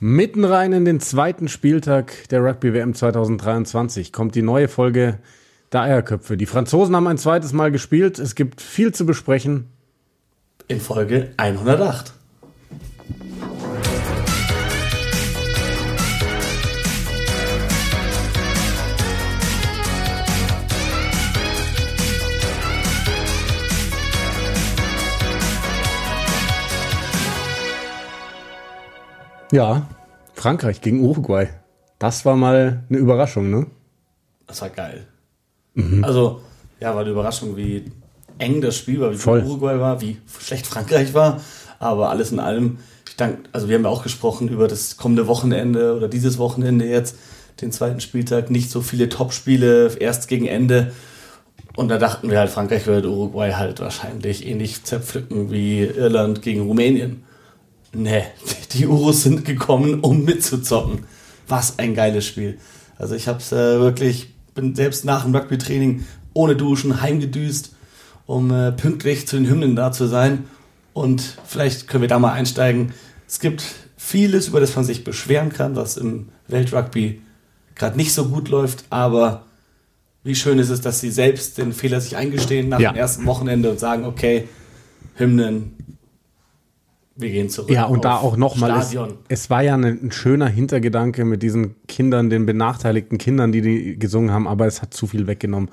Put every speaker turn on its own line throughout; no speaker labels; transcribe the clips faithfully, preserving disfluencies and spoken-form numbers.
Mitten rein in den zweiten Spieltag der Rugby-W M zwanzig dreiundzwanzig kommt die neue Folge der Eierköpfe. Die Franzosen haben ein zweites Mal gespielt. Es gibt viel zu besprechen.
In Folge hundertacht.
Ja, Frankreich gegen Uruguay. Das war mal eine Überraschung, ne?
Das war geil. Mhm. Also, ja, war eine Überraschung, wie eng das Spiel war, wie
Voll.
gut Uruguay war, wie schlecht Frankreich war. Aber alles in allem, ich denke, also wir haben ja auch gesprochen über das kommende Wochenende oder dieses Wochenende jetzt, den zweiten Spieltag, nicht so viele Top-Spiele, erst gegen Ende. Und da dachten wir halt, Frankreich wird Uruguay halt wahrscheinlich ähnlich zerpflücken wie Irland gegen Rumänien. Nee, die Urus sind gekommen, um mitzuzocken. Was ein geiles Spiel. Also ich hab's äh, wirklich, bin selbst nach dem Rugby-Training ohne Duschen heimgedüst, um äh, pünktlich zu den Hymnen da zu sein. Und vielleicht können wir da mal einsteigen. Es gibt vieles, über das man sich beschweren kann, was im Weltrugby gerade nicht so gut läuft. Aber wie schön ist es, dass sie selbst den Fehler sich eingestehen nach
ja.
dem ersten Wochenende und sagen, okay, Hymnen, wir gehen zurück.
Ja, und da auch nochmal, es,
Stadion.
es war ja ein, ein schöner Hintergedanke mit diesen Kindern, den benachteiligten Kindern, die die gesungen haben, aber es hat zu viel weggenommen.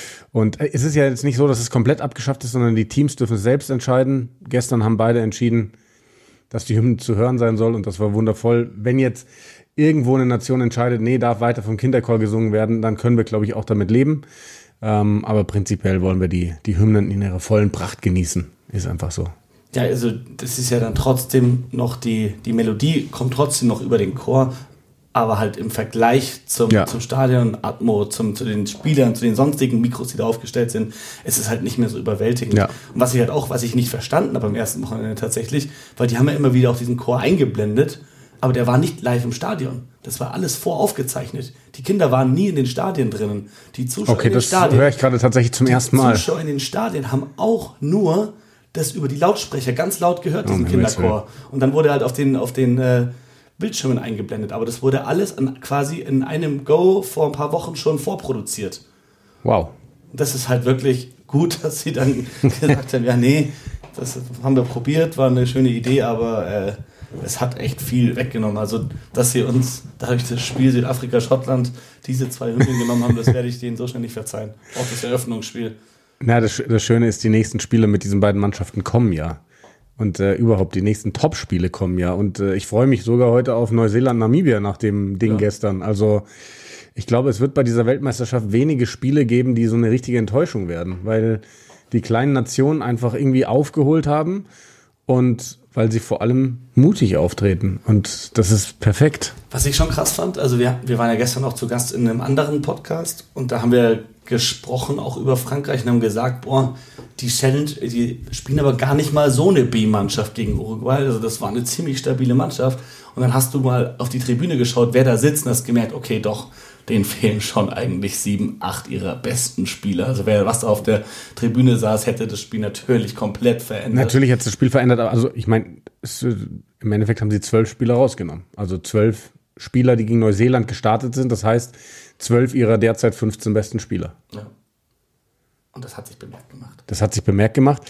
Und es ist ja jetzt nicht so, dass es komplett abgeschafft ist, sondern die Teams dürfen es selbst entscheiden. Gestern haben beide entschieden, dass die Hymne zu hören sein soll und das war wundervoll. Wenn jetzt irgendwo eine Nation entscheidet, nee, darf weiter vom Kinderchor gesungen werden, dann können wir, glaube ich, auch damit leben. Ähm, aber prinzipiell wollen wir die, die Hymnen in ihrer vollen Pracht genießen. Ist einfach so.
Ja, also das ist ja dann trotzdem noch die, die Melodie kommt trotzdem noch über den Chor, aber halt im Vergleich zum,
ja.
zum Stadion, Atmo, zum, zu den Spielern, zu den sonstigen Mikros, die da aufgestellt sind, ist es halt nicht mehr so überwältigend.
Ja.
Und was ich halt auch, was ich nicht verstanden habe beim ersten Wochenende tatsächlich, weil die haben ja immer wieder auch diesen Chor eingeblendet, aber der war nicht live im Stadion. Das war alles voraufgezeichnet. Die Kinder waren nie in den Stadien drinnen. Die Zuschauer
okay,
in den Stadien.
Okay, das höre ich gerade tatsächlich zum
die
ersten Mal.
Die Zuschauer in den Stadien haben auch nur das über die Lautsprecher ganz laut gehört, diesen
oh,
Kinderchor. Und dann wurde halt auf den, auf den äh, Bildschirmen eingeblendet. Aber das wurde alles an, quasi in einem Go vor ein paar Wochen schon vorproduziert.
Wow.
Und das ist halt wirklich gut, dass sie dann gesagt haben, ja nee, das haben wir probiert, war eine schöne Idee, aber äh, es hat echt viel weggenommen. Also, dass sie uns, dadurch das Spiel Südafrika-Schottland, diese zwei Hymnen genommen haben, das werde ich denen so schnell nicht verzeihen. Auch das Eröffnungsspiel.
Na, das, das Schöne ist, die nächsten Spiele mit diesen beiden Mannschaften kommen ja. Und äh, überhaupt die nächsten Top-Spiele kommen ja. Und äh, ich freue mich sogar heute auf Neuseeland-Namibia nach dem Ding ja. gestern. Also ich glaube, es wird bei dieser Weltmeisterschaft wenige Spiele geben, die so eine richtige Enttäuschung werden. Weil die kleinen Nationen einfach irgendwie aufgeholt haben und weil sie vor allem mutig auftreten. Und das ist perfekt.
Was ich schon krass fand, also wir, wir waren ja gestern auch zu Gast in einem anderen Podcast und da haben wir gesprochen auch über Frankreich und haben gesagt, boah, die Challenge, die spielen aber gar nicht mal so eine B-Mannschaft gegen Uruguay. Also das war eine ziemlich stabile Mannschaft. Und dann hast du mal auf die Tribüne geschaut, wer da sitzt und hast gemerkt, okay, doch, denen fehlen schon eigentlich sieben, acht ihrer besten Spieler. Also wer was da auf der Tribüne saß, hätte das Spiel natürlich komplett verändert.
Natürlich hätte das Spiel verändert, aber also ich meine, im Endeffekt haben sie zwölf Spieler rausgenommen. Also zwölf Spieler, die gegen Neuseeland gestartet sind. Das heißt, zwölf ihrer derzeit fünfzehn besten Spieler.
Ja. Und das hat sich bemerkt gemacht.
Das hat sich bemerkt gemacht.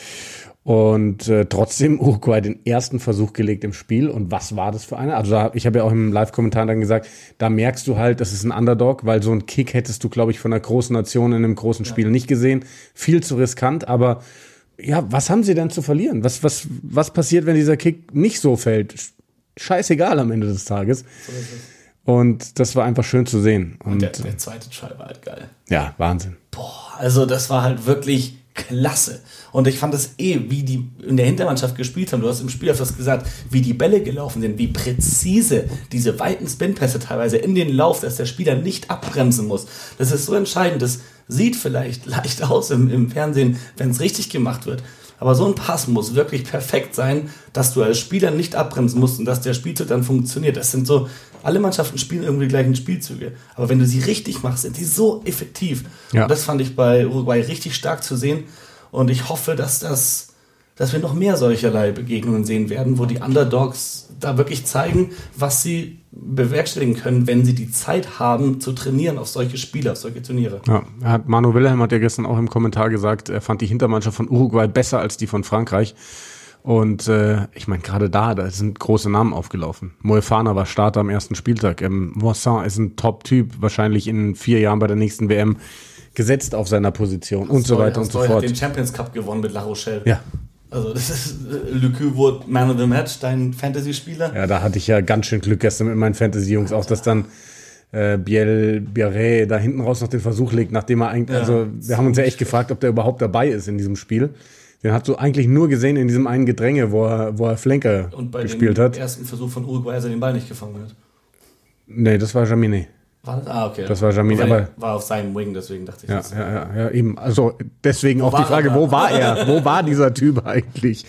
Und äh, trotzdem Uruguay den ersten Versuch gelegt im Spiel. Und was war das für einer? Also da, ich habe ja auch im Live-Kommentar dann gesagt, da merkst du halt, das ist ein Underdog, weil so einen Kick hättest du, glaube ich, von einer großen Nation in einem großen Spiel ja. nicht gesehen. Viel zu riskant, aber ja, was haben sie denn zu verlieren? Was, was, was passiert, wenn dieser Kick nicht so fällt? Scheißegal am Ende des Tages. So ist es. Und das war einfach schön zu sehen. Und,
Und der, der zweite Try war halt geil.
Ja, Wahnsinn.
Boah, also das war halt wirklich klasse. Und ich fand das eh, wie die in der Hintermannschaft gespielt haben. Du hast im Spiel öfters gesagt, wie die Bälle gelaufen sind, wie präzise diese weiten Spinpässe teilweise in den Lauf, dass der Spieler nicht abbremsen muss. Das ist so entscheidend. Das sieht vielleicht leicht aus im, im Fernsehen, wenn es richtig gemacht wird. Aber so ein Pass muss wirklich perfekt sein, dass du als Spieler nicht abbremsen musst und dass der Spielzug dann funktioniert. Das sind so, alle Mannschaften spielen irgendwie die gleichen Spielzüge. Aber wenn du sie richtig machst, sind die so effektiv. Ja. Und das fand ich bei Uruguay richtig stark zu sehen. Und ich hoffe, dass das dass wir noch mehr solcherlei Begegnungen sehen werden, wo die Underdogs da wirklich zeigen, was sie bewerkstelligen können, wenn sie die Zeit haben, zu trainieren auf solche Spiele, auf solche Turniere.
Ja, hat Manu Wilhelm hat ja gestern auch im Kommentar gesagt, er fand die Hintermannschaft von Uruguay besser als die von Frankreich. Und äh, ich meine, gerade da, da sind große Namen aufgelaufen. Moefana war Starter am ersten Spieltag. Ähm, Moissan ist ein Top-Typ, wahrscheinlich in vier Jahren bei der nächsten W M gesetzt auf seiner Position und so weiter und so fort.
Hat den Champions Cup gewonnen mit La Rochelle.
Ja.
Also das ist, Lucu wurde Man of the Match, dein Fantasy-Spieler.
Ja, da hatte ich ja ganz schön Glück gestern mit meinen Fantasy-Jungs, auch dass dann äh, Biel Biarré da hinten raus noch den Versuch legt, nachdem er eigentlich, ja, also wir haben uns ja echt gefragt, ob der überhaupt dabei ist in diesem Spiel. Den hast du eigentlich nur gesehen in diesem einen Gedränge, wo er, wo er Flanker
und bei
gespielt
dem
hat.
ersten Versuch von Uruguay, als er den Ball nicht gefangen hat.
Nee, das war Jaminet.
War das? Ah, okay.
Das war Jaminet, aber
war auf seinem Wing, deswegen dachte ich.
Ja,
das.
ja, ja, ja, eben. Also deswegen
Wo
auch die Frage,
er
wo war er? Wo war dieser Typ eigentlich?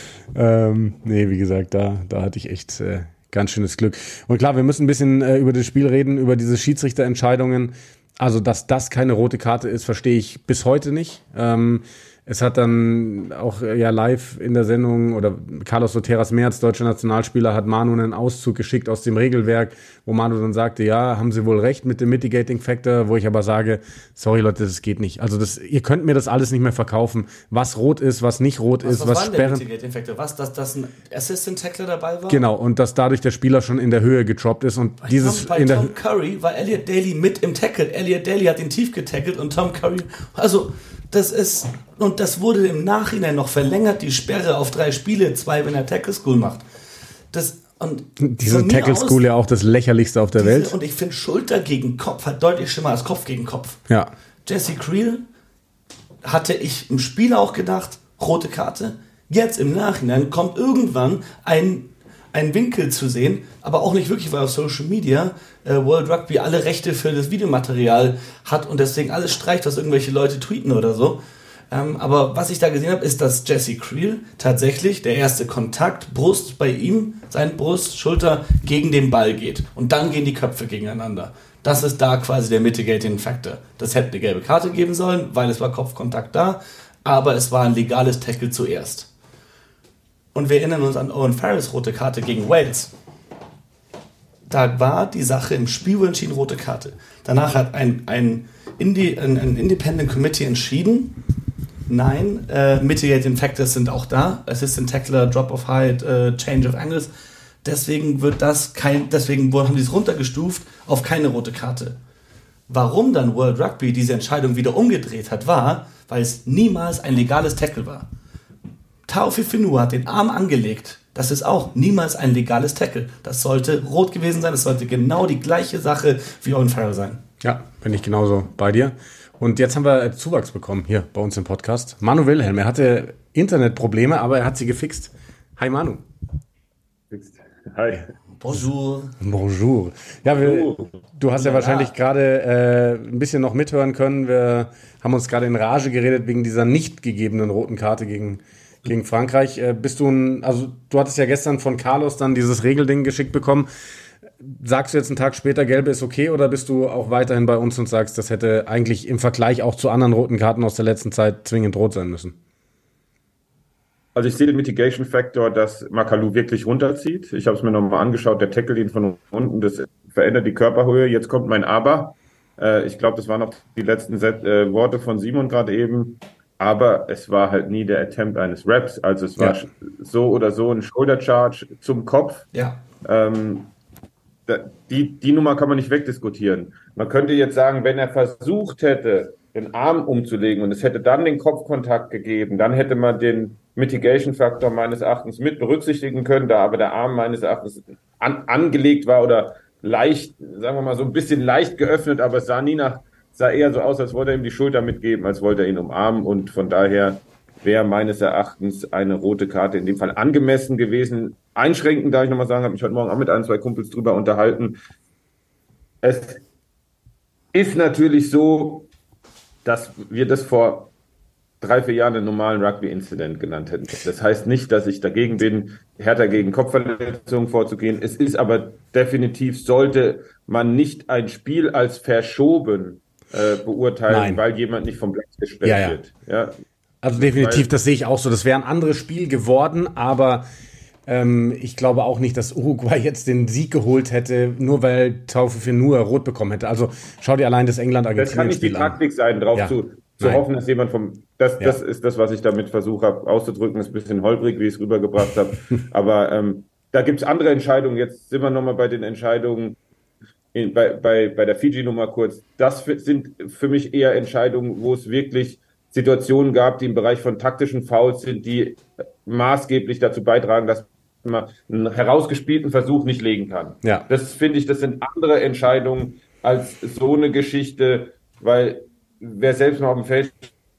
Ähm, nee, wie gesagt, da, da hatte ich echt äh, ganz schönes Glück. Und klar, wir müssen ein bisschen äh, über das Spiel reden, über diese Schiedsrichterentscheidungen. Also, dass das keine rote Karte ist, verstehe ich bis heute nicht. Ähm, Es hat dann auch ja live in der Sendung, oder Carlos Soteras Merz, deutscher Nationalspieler, hat Manu einen Auszug geschickt aus dem Regelwerk, wo Manu dann sagte, ja, haben Sie wohl recht mit dem Mitigating Factor, wo ich aber sage, sorry Leute, das geht nicht. Also das, ihr könnt mir das alles nicht mehr verkaufen, was rot ist, was nicht rot
was,
ist,
was,
was
war denn
Sperren.
Der Mitigating Factor? Was, dass, dass ein Assistant Tackler dabei war?
Genau, und dass dadurch der Spieler schon in der Höhe getroppt ist und
bei
dieses
Tom, bei
in der
Tom Curry war Elliot Daly mit im Tackle. Elliot Daly hat ihn tief getackelt und Tom Curry, also das ist, und das wurde im Nachhinein noch verlängert, die Sperre auf drei Spiele, zwei, wenn er Tackle School macht. Das, und
diese Tackle School ja auch das lächerlichste auf der
diese,
Welt.
Und ich finde, Schulter gegen Kopf hat deutlich schlimmer als Kopf gegen Kopf.
Ja.
Jesse Creel hatte ich im Spiel auch gedacht, rote Karte. Jetzt im Nachhinein kommt irgendwann ein einen Winkel zu sehen, aber auch nicht wirklich, weil auf Social Media äh, World Rugby alle Rechte für das Videomaterial hat und deswegen alles streicht, was irgendwelche Leute tweeten oder so. Ähm, aber was ich da gesehen habe, ist, dass Jesse Creel tatsächlich der erste Kontakt, Brust bei ihm, sein Brust, Schulter gegen den Ball geht. Und dann gehen die Köpfe gegeneinander. Das ist da quasi der Mitigating Factor. Das hätte eine gelbe Karte geben sollen, weil es war Kopfkontakt da, aber es war ein legales Tackle zuerst. Und wir erinnern uns an Owen Farrells rote Karte gegen Wales. Da war die Sache im Spiel entschieden, rote Karte. Danach hat ein, ein, Indi, ein, ein Independent Committee entschieden, nein, äh, Mitigating Factors sind auch da. Assistant Tackler, Drop of Height, äh, Change of Angles. Deswegen wird das kein, deswegen haben die es runtergestuft auf keine rote Karte. Warum dann World Rugby diese Entscheidung wieder umgedreht hat, war, weil es niemals ein legales Tackle war. Taofifinu hat den Arm angelegt. Das ist auch niemals ein legales Tackle. Das sollte rot gewesen sein. Das sollte genau die gleiche Sache wie Owen Farrell sein.
Ja, bin ich genauso bei dir. Und jetzt haben wir Zuwachs bekommen hier bei uns im Podcast. Manu Wilhelm, er hatte Internetprobleme, aber er hat sie gefixt. Hi Manu.
Hi.
Bonjour.
Bonjour. Ja, wir, du hast ja wahrscheinlich gerade äh, ein bisschen noch mithören können. Wir haben uns gerade in Rage geredet wegen dieser nicht gegebenen roten Karte gegen Gegen Frankreich. Äh, bist du ein, also du hattest ja gestern von Carlos dann dieses Regelding geschickt bekommen. Sagst du jetzt einen Tag später, gelbe ist okay, oder bist du auch weiterhin bei uns und sagst, das hätte eigentlich im Vergleich auch zu anderen roten Karten aus der letzten Zeit zwingend rot sein müssen?
Also ich sehe den Mitigation Factor, dass Makalu wirklich runterzieht. Ich habe es mir nochmal angeschaut, der Tackle ihn von unten, das verändert die Körperhöhe. Jetzt kommt mein Aber. Äh, ich glaube, das waren noch die letzten Set, äh, Worte von Simon gerade eben. Aber es war halt nie der Attempt eines Raps. Also es war ja so oder so ein Shoulder Charge zum Kopf.
Ja.
Ähm, die, die Nummer kann man nicht wegdiskutieren. Man könnte jetzt sagen, wenn er versucht hätte, den Arm umzulegen und es hätte dann den Kopfkontakt gegeben, dann hätte man den Mitigation Faktor meines Erachtens mit berücksichtigen können, da aber der Arm meines Erachtens an, angelegt war oder leicht, sagen wir mal so ein bisschen leicht geöffnet, aber es sah nie nach sah eher so aus, als wollte er ihm die Schulter mitgeben, als wollte er ihn umarmen. Und von daher wäre meines Erachtens eine rote Karte in dem Fall angemessen gewesen. Einschränkend, darf ich nochmal sagen, habe mich heute Morgen auch mit ein, zwei Kumpels drüber unterhalten. Es ist natürlich so, dass wir das vor drei, vier Jahren einen normalen Rugby-Incident genannt hätten. Das heißt nicht, dass ich dagegen bin, härter gegen Kopfverletzungen vorzugehen. Es ist aber definitiv, sollte man nicht ein Spiel als verschoben Äh, beurteilen,
Nein.
weil jemand nicht vom Platz gesperrt
ja, ja.
wird. Ja.
Also definitiv,
Weil,
das sehe ich auch so. Das wäre ein anderes Spiel geworden, aber ähm, ich glaube auch nicht, dass Uruguay jetzt den Sieg geholt hätte, nur weil Taufifenua nur rot bekommen hätte. Also schau dir allein das
das kann nicht die
England-Argentinien-Spiel an.
Taktik sein, darauf
Ja.
zu, zu
Nein.
hoffen, dass jemand vom. Das,
Ja.
das ist das, was ich damit versuche habe auszudrücken. Das ist ein bisschen holprig, wie ich es rübergebracht habe. Aber ähm, da gibt es andere Entscheidungen. Jetzt sind wir nochmal bei den Entscheidungen in, bei, bei, bei der Fiji-Nummer kurz. Das für, sind für mich eher Entscheidungen, wo es wirklich Situationen gab, die im Bereich von taktischen Fouls sind, die maßgeblich dazu beitragen, dass man einen herausgespielten Versuch nicht legen kann.
Ja.
Das finde ich, das sind andere Entscheidungen als so eine Geschichte, weil wer selbst mal auf dem Feld.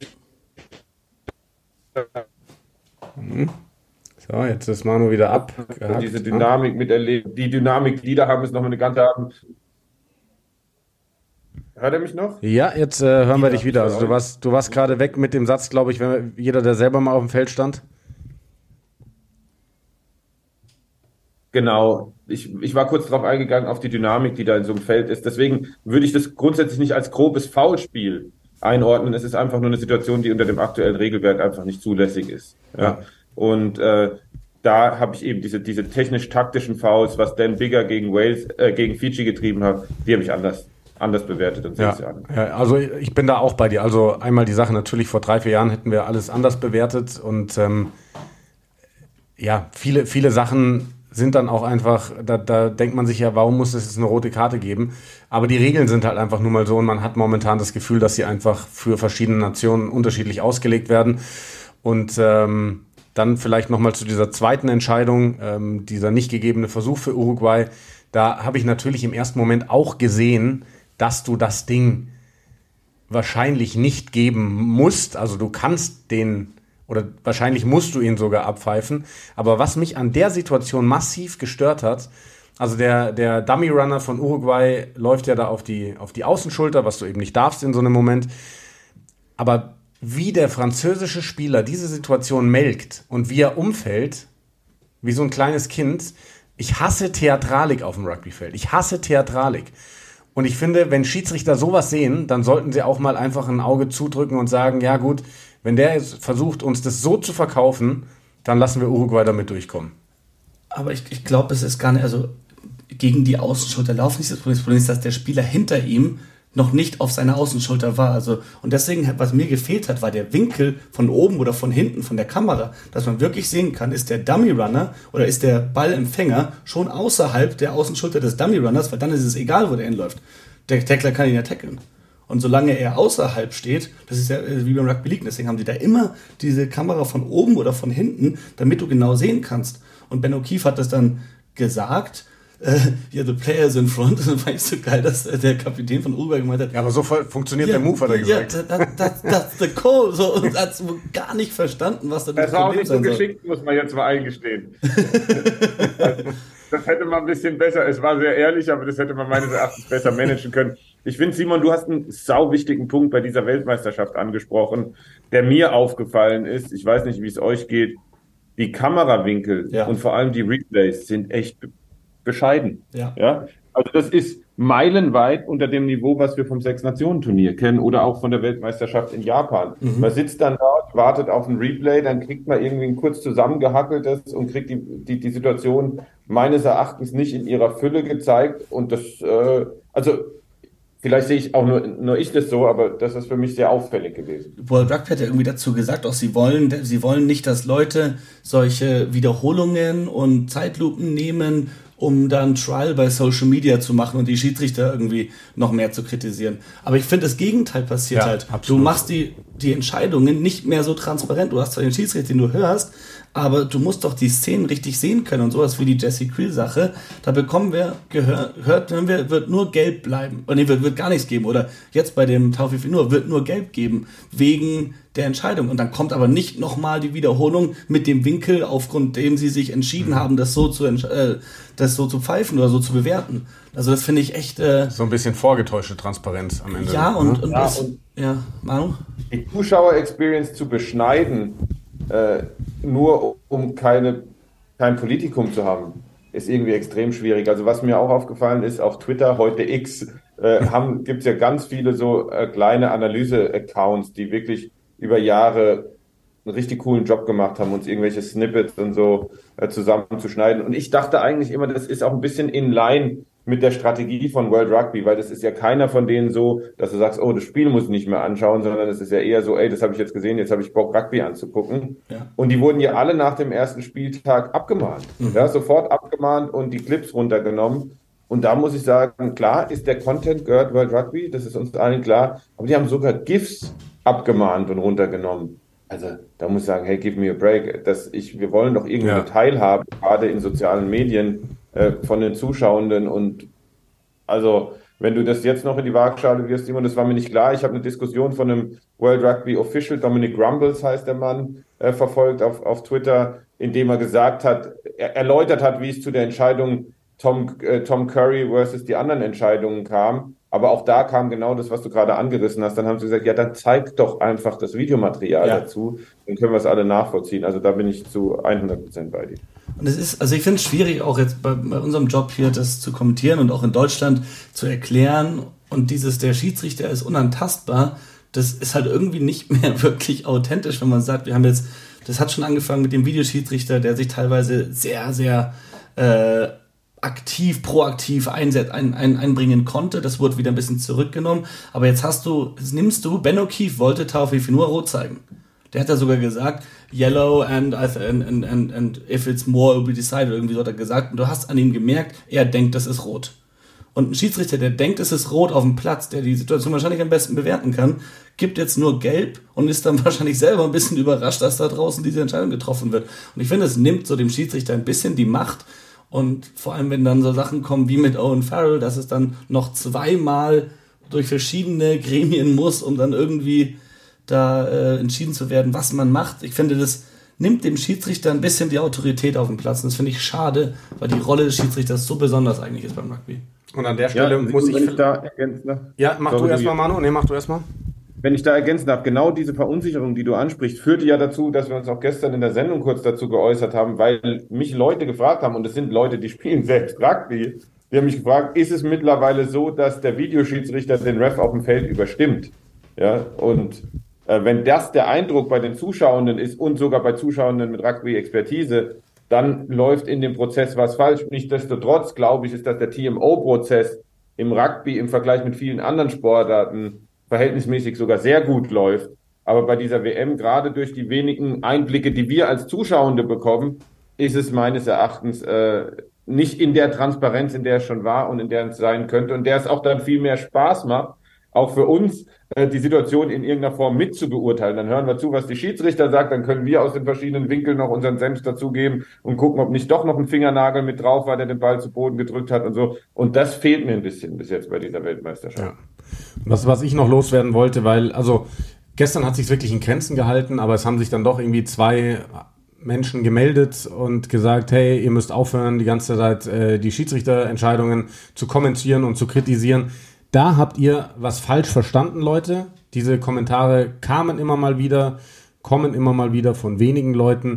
So, jetzt ist Manu wieder ab.
Und diese Dynamik miterlebt, die Dynamik, die da haben, ist noch eine ganze haben. Hört er mich noch?
Ja, jetzt äh, hören wir
Ja,
dich wieder. Also du warst, du warst gerade weg mit dem Satz, glaube ich, wenn jeder, der selber mal auf dem Feld stand.
Genau. Ich, ich war kurz darauf eingegangen, auf die Dynamik, die da in so einem Feld ist. Deswegen würde ich das grundsätzlich nicht als grobes Foulspiel einordnen. Es ist einfach nur eine Situation, die unter dem aktuellen Regelwerk einfach nicht zulässig ist. Ja.
Ja.
Und äh, da habe ich eben diese, diese technisch-taktischen Fouls, was Dan Bigger gegen Wales, äh, gegen Fiji getrieben hat, die habe ich anders, anders bewertet und sehe
Ja,
es an.
ja, also ich bin da auch bei dir. Also einmal die Sache, natürlich vor drei, vier Jahren hätten wir alles anders bewertet und ähm, ja, viele, viele Sachen sind dann auch einfach, da, da denkt man sich ja, warum muss es jetzt eine rote Karte geben? Aber die Regeln sind halt einfach nur mal so und man hat momentan das Gefühl, dass sie einfach für verschiedene Nationen unterschiedlich ausgelegt werden. Und ähm, dann vielleicht nochmal zu dieser zweiten Entscheidung, ähm, dieser nicht gegebene Versuch für Uruguay. Da habe ich natürlich im ersten Moment auch gesehen, dass du das Ding wahrscheinlich nicht geben musst. Also du kannst den, oder wahrscheinlich musst du ihn sogar abpfeifen. Aber was mich an der Situation massiv gestört hat, also der, der Dummy-Runner von Uruguay läuft ja da auf die, auf die Außenschulter, was du eben nicht darfst in so einem Moment. Aber wie der französische Spieler diese Situation melkt und wie er umfällt, wie so ein kleines Kind, ich hasse Theatralik auf dem Rugbyfeld. Ich hasse Theatralik. Und ich finde, wenn Schiedsrichter sowas sehen, dann sollten sie auch mal einfach ein Auge zudrücken und sagen, ja gut, wenn der jetzt versucht, uns das so zu verkaufen, dann lassen wir Uruguay damit durchkommen.
Aber ich, ich glaube, es ist gar nicht, also gegen die Außenschulter laufen nicht das Problem. Das Problem ist, dass der Spieler hinter ihm noch nicht auf seiner Außenschulter war. Also, und deswegen, was mir gefehlt hat, war der Winkel von oben oder von hinten von der Kamera, dass man wirklich sehen kann, ist der Dummy-Runner oder ist der Ballempfänger schon außerhalb der Außenschulter des Dummy-Runners, weil dann ist es egal, wo der hinläuft. Der Tackler kann ihn ja tackeln. Und solange er außerhalb steht, das ist ja wie beim Rugby League, deswegen haben die da immer diese Kamera von oben oder von hinten, damit du genau sehen kannst. Und Ben O'Keefe hat das dann gesagt, Uh, yeah, the players in front. Und dann fand ich so geil, dass äh, der Kapitän von Uruguay gemeint hat.
Ja, aber so funktioniert yeah, der Move, hat er gesagt.
Ja, yeah, that, that, that's the call. So, und hat so gar nicht verstanden, was da das
Das war auch nicht so
sein
geschickt, soll. Muss man jetzt mal eingestehen. Das hätte man ein bisschen besser, es war sehr ehrlich, aber das hätte man meines Erachtens besser managen können. Ich finde, Simon, du hast einen sau wichtigen Punkt bei dieser Weltmeisterschaft angesprochen, der mir aufgefallen ist. Ich weiß nicht, wie es euch geht. Die Kamerawinkel ja. und vor allem die Replays sind echt bescheiden.
Ja.
Ja. Also das ist meilenweit unter dem Niveau, was wir vom Sechs-Nationen-Turnier kennen oder auch von der Weltmeisterschaft in Japan. Mhm. Man sitzt dann dort, wartet auf ein Replay, dann kriegt man irgendwie ein kurz zusammengehackeltes und kriegt die, die, die Situation meines Erachtens nicht in ihrer Fülle gezeigt. Und das, äh, also vielleicht sehe ich auch nur, nur ich das so, aber das ist für mich sehr auffällig gewesen.
World Rugby hat ja irgendwie dazu gesagt, auch sie wollen, sie wollen nicht, dass Leute solche Wiederholungen und Zeitlupen nehmen, um dann Trial bei Social Media zu machen und die Schiedsrichter irgendwie noch mehr zu kritisieren. Aber ich finde, das Gegenteil passiert ja, halt. Absolut. Du machst die, die Entscheidungen nicht mehr so transparent. Du hast zwar den Schiedsrichter, den du hörst, aber du musst doch die Szenen richtig sehen können und sowas wie die Jesse Creel-Sache. Da bekommen wir, gehört, hört, wir, wird nur gelb bleiben. Oder nee, wird, wird gar nichts geben. Oder jetzt bei dem Taufifenua wird nur gelb geben, wegen der Entscheidung. Und dann kommt aber nicht nochmal die Wiederholung mit dem Winkel, aufgrund dem sie sich entschieden mhm. haben, das so zu, äh, das so zu pfeifen oder so zu bewerten. Also das finde ich echt... Äh,
so ein bisschen vorgetäuschte Transparenz am Ende.
Ja, und,
ne?
und,
ja,
das,
und
ja, Manu?
Die Zuschauer-Experience zu beschneiden, äh, nur um keine, kein Politikum zu haben, ist irgendwie extrem schwierig. Also was mir auch aufgefallen ist, auf Twitter, heute X, äh, gibt es ja ganz viele so äh, kleine Analyse-Accounts, die wirklich über Jahre einen richtig coolen Job gemacht haben, uns irgendwelche Snippets und so äh, zusammenzuschneiden. Und ich dachte eigentlich immer, das ist auch ein bisschen in line mit der Strategie von World Rugby, weil das ist ja keiner von denen so, dass du sagst, oh, das Spiel muss ich nicht mehr anschauen, sondern es ist ja eher so, ey, das habe ich jetzt gesehen, jetzt habe ich Bock, Rugby anzugucken. Ja. Und die wurden ja alle nach dem ersten Spieltag abgemahnt. Mhm. Ja, sofort abgemahnt und die Clips runtergenommen. Und da muss ich sagen, klar ist der Content gehört World Rugby, das ist uns allen klar, aber die haben sogar GIFs abgemahnt und runtergenommen. Also da muss ich sagen, hey, give me a break. Das, ich, wir wollen doch irgendwie ja. eine Teilhabe, gerade in sozialen Medien, äh, von den Zuschauenden. Und also, wenn du das jetzt noch in die Waagschale wirst, Simon, das war mir nicht klar. Ich habe eine Diskussion von einem World Rugby Official, Dominic Grumbles heißt der Mann, äh, verfolgt auf, auf Twitter, in dem er gesagt hat, er erläutert hat, wie es zu der Entscheidung Tom, äh, Tom Curry versus die anderen Entscheidungen kam. Aber auch da kam genau das, was du gerade angerissen hast. Dann haben sie gesagt, ja, dann zeig doch einfach das Videomaterial ja. dazu. Dann können wir es alle nachvollziehen. Also da bin ich zu hundert Prozent bei dir.
Und es ist, also ich finde es schwierig, auch jetzt bei, bei unserem Job hier das zu kommentieren und auch in Deutschland zu erklären. Und dieses, der Schiedsrichter ist unantastbar, das ist halt irgendwie nicht mehr wirklich authentisch, wenn man sagt, wir haben jetzt, das hat schon angefangen mit dem Videoschiedsrichter, der sich teilweise sehr, sehr äh, aktiv, proaktiv einset, ein, ein, einbringen konnte. Das wurde wieder ein bisschen zurückgenommen. Aber jetzt hast du, jetzt nimmst du, Ben O'Keefe wollte Taufefi nur rot zeigen. Der hat ja sogar gesagt, yellow and, and, and, and, and if it's more, will be decided, irgendwie so hat er gesagt. Und du hast an ihm gemerkt, er denkt, das ist rot. Und ein Schiedsrichter, der denkt, es ist rot auf dem Platz, der die Situation wahrscheinlich am besten bewerten kann, gibt jetzt nur gelb und ist dann wahrscheinlich selber ein bisschen überrascht, dass da draußen diese Entscheidung getroffen wird. Und ich finde, es nimmt so dem Schiedsrichter ein bisschen die Macht. Und vor allem, wenn dann so Sachen kommen wie mit Owen Farrell, dass es dann noch zweimal durch verschiedene Gremien muss, um dann irgendwie da äh, entschieden zu werden, was man macht. Ich finde, das nimmt dem Schiedsrichter ein bisschen die Autorität auf den Platz. Und das finde ich schade, weil die Rolle des Schiedsrichters so besonders eigentlich ist beim Rugby.
Und an der Stelle ja, muss ich... ich da ergänzen darf. Ja, mach Sorry, du erstmal, Manu. Nee, mach du erstmal.
Wenn ich da ergänzen darf, genau diese Verunsicherung, die du ansprichst, führte ja dazu, dass wir uns auch gestern in der Sendung kurz dazu geäußert haben, weil mich Leute gefragt haben, und es sind Leute, die spielen selbst Rugby, die haben mich gefragt, ist es mittlerweile so, dass der Videoschiedsrichter den Ref auf dem Feld überstimmt? Ja, und äh, wenn das der Eindruck bei den Zuschauenden ist und sogar bei Zuschauenden mit Rugby-Expertise, dann läuft in dem Prozess was falsch. Nichtsdestotrotz, glaube ich, ist, dass der T M O-Prozess im Rugby im Vergleich mit vielen anderen Sportarten verhältnismäßig sogar sehr gut läuft. Aber bei dieser W M, gerade durch die wenigen Einblicke, die wir als Zuschauende bekommen, ist es meines Erachtens äh, nicht in der Transparenz, in der es schon war und in der es sein könnte und der es auch dann viel mehr Spaß macht, auch für uns äh, die Situation in irgendeiner Form mit zu beurteilen. Dann hören wir zu, was die Schiedsrichter sagt, dann können wir aus den verschiedenen Winkeln noch unseren Senf dazugeben und gucken, ob nicht doch noch ein Fingernagel mit drauf war, der den Ball zu Boden gedrückt hat und so. Und das fehlt mir ein bisschen bis jetzt bei dieser Weltmeisterschaft. Ja.
Was, was ich noch loswerden wollte, weil, also gestern hat sich wirklich in Grenzen gehalten, aber es haben sich dann doch irgendwie zwei Menschen gemeldet und gesagt, hey, ihr müsst aufhören, die ganze Zeit äh, die Schiedsrichterentscheidungen zu kommentieren und zu kritisieren. Da habt ihr was falsch verstanden, Leute. Diese Kommentare kamen immer mal wieder, kommen immer mal wieder von wenigen Leuten.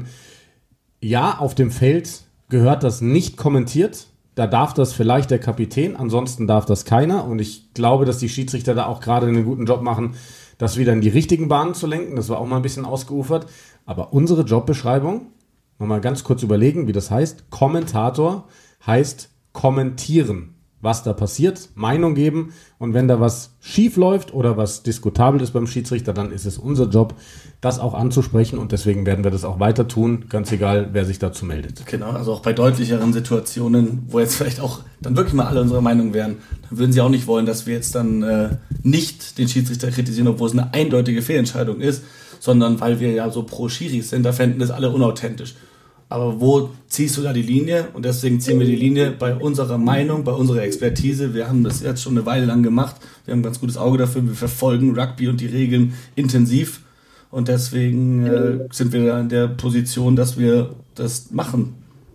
Ja, auf dem Feld gehört das nicht kommentiert. Da darf das vielleicht der Kapitän, ansonsten darf das keiner. Und ich glaube, dass die Schiedsrichter da auch gerade einen guten Job machen, das wieder in die richtigen Bahnen zu lenken. Das war auch mal ein bisschen ausgeufert. Aber unsere Jobbeschreibung, nochmal ganz kurz überlegen, wie das heißt. Kommentator heißt kommentieren, was da passiert, Meinung geben. Und wenn da was schief läuft oder was diskutabel ist beim Schiedsrichter, dann ist es unser Job, das auch anzusprechen. Und deswegen werden wir das auch weiter tun, ganz egal, wer sich dazu meldet.
Genau, also auch bei deutlicheren Situationen, wo jetzt vielleicht auch dann wirklich mal alle unserer Meinung wären, dann würden sie auch nicht wollen, dass wir jetzt dann äh, nicht den Schiedsrichter kritisieren, obwohl es eine eindeutige Fehlentscheidung ist, sondern weil wir ja so pro Schiris sind, da fänden das alle unauthentisch. Aber wo ziehst du da die Linie? Und deswegen ziehen wir die Linie bei unserer Meinung, bei unserer Expertise. Wir haben das jetzt schon eine Weile lang gemacht. Wir haben ein ganz gutes Auge dafür. Wir verfolgen Rugby und die Regeln intensiv. Und deswegen äh, sind wir da in der Position, dass wir das machen.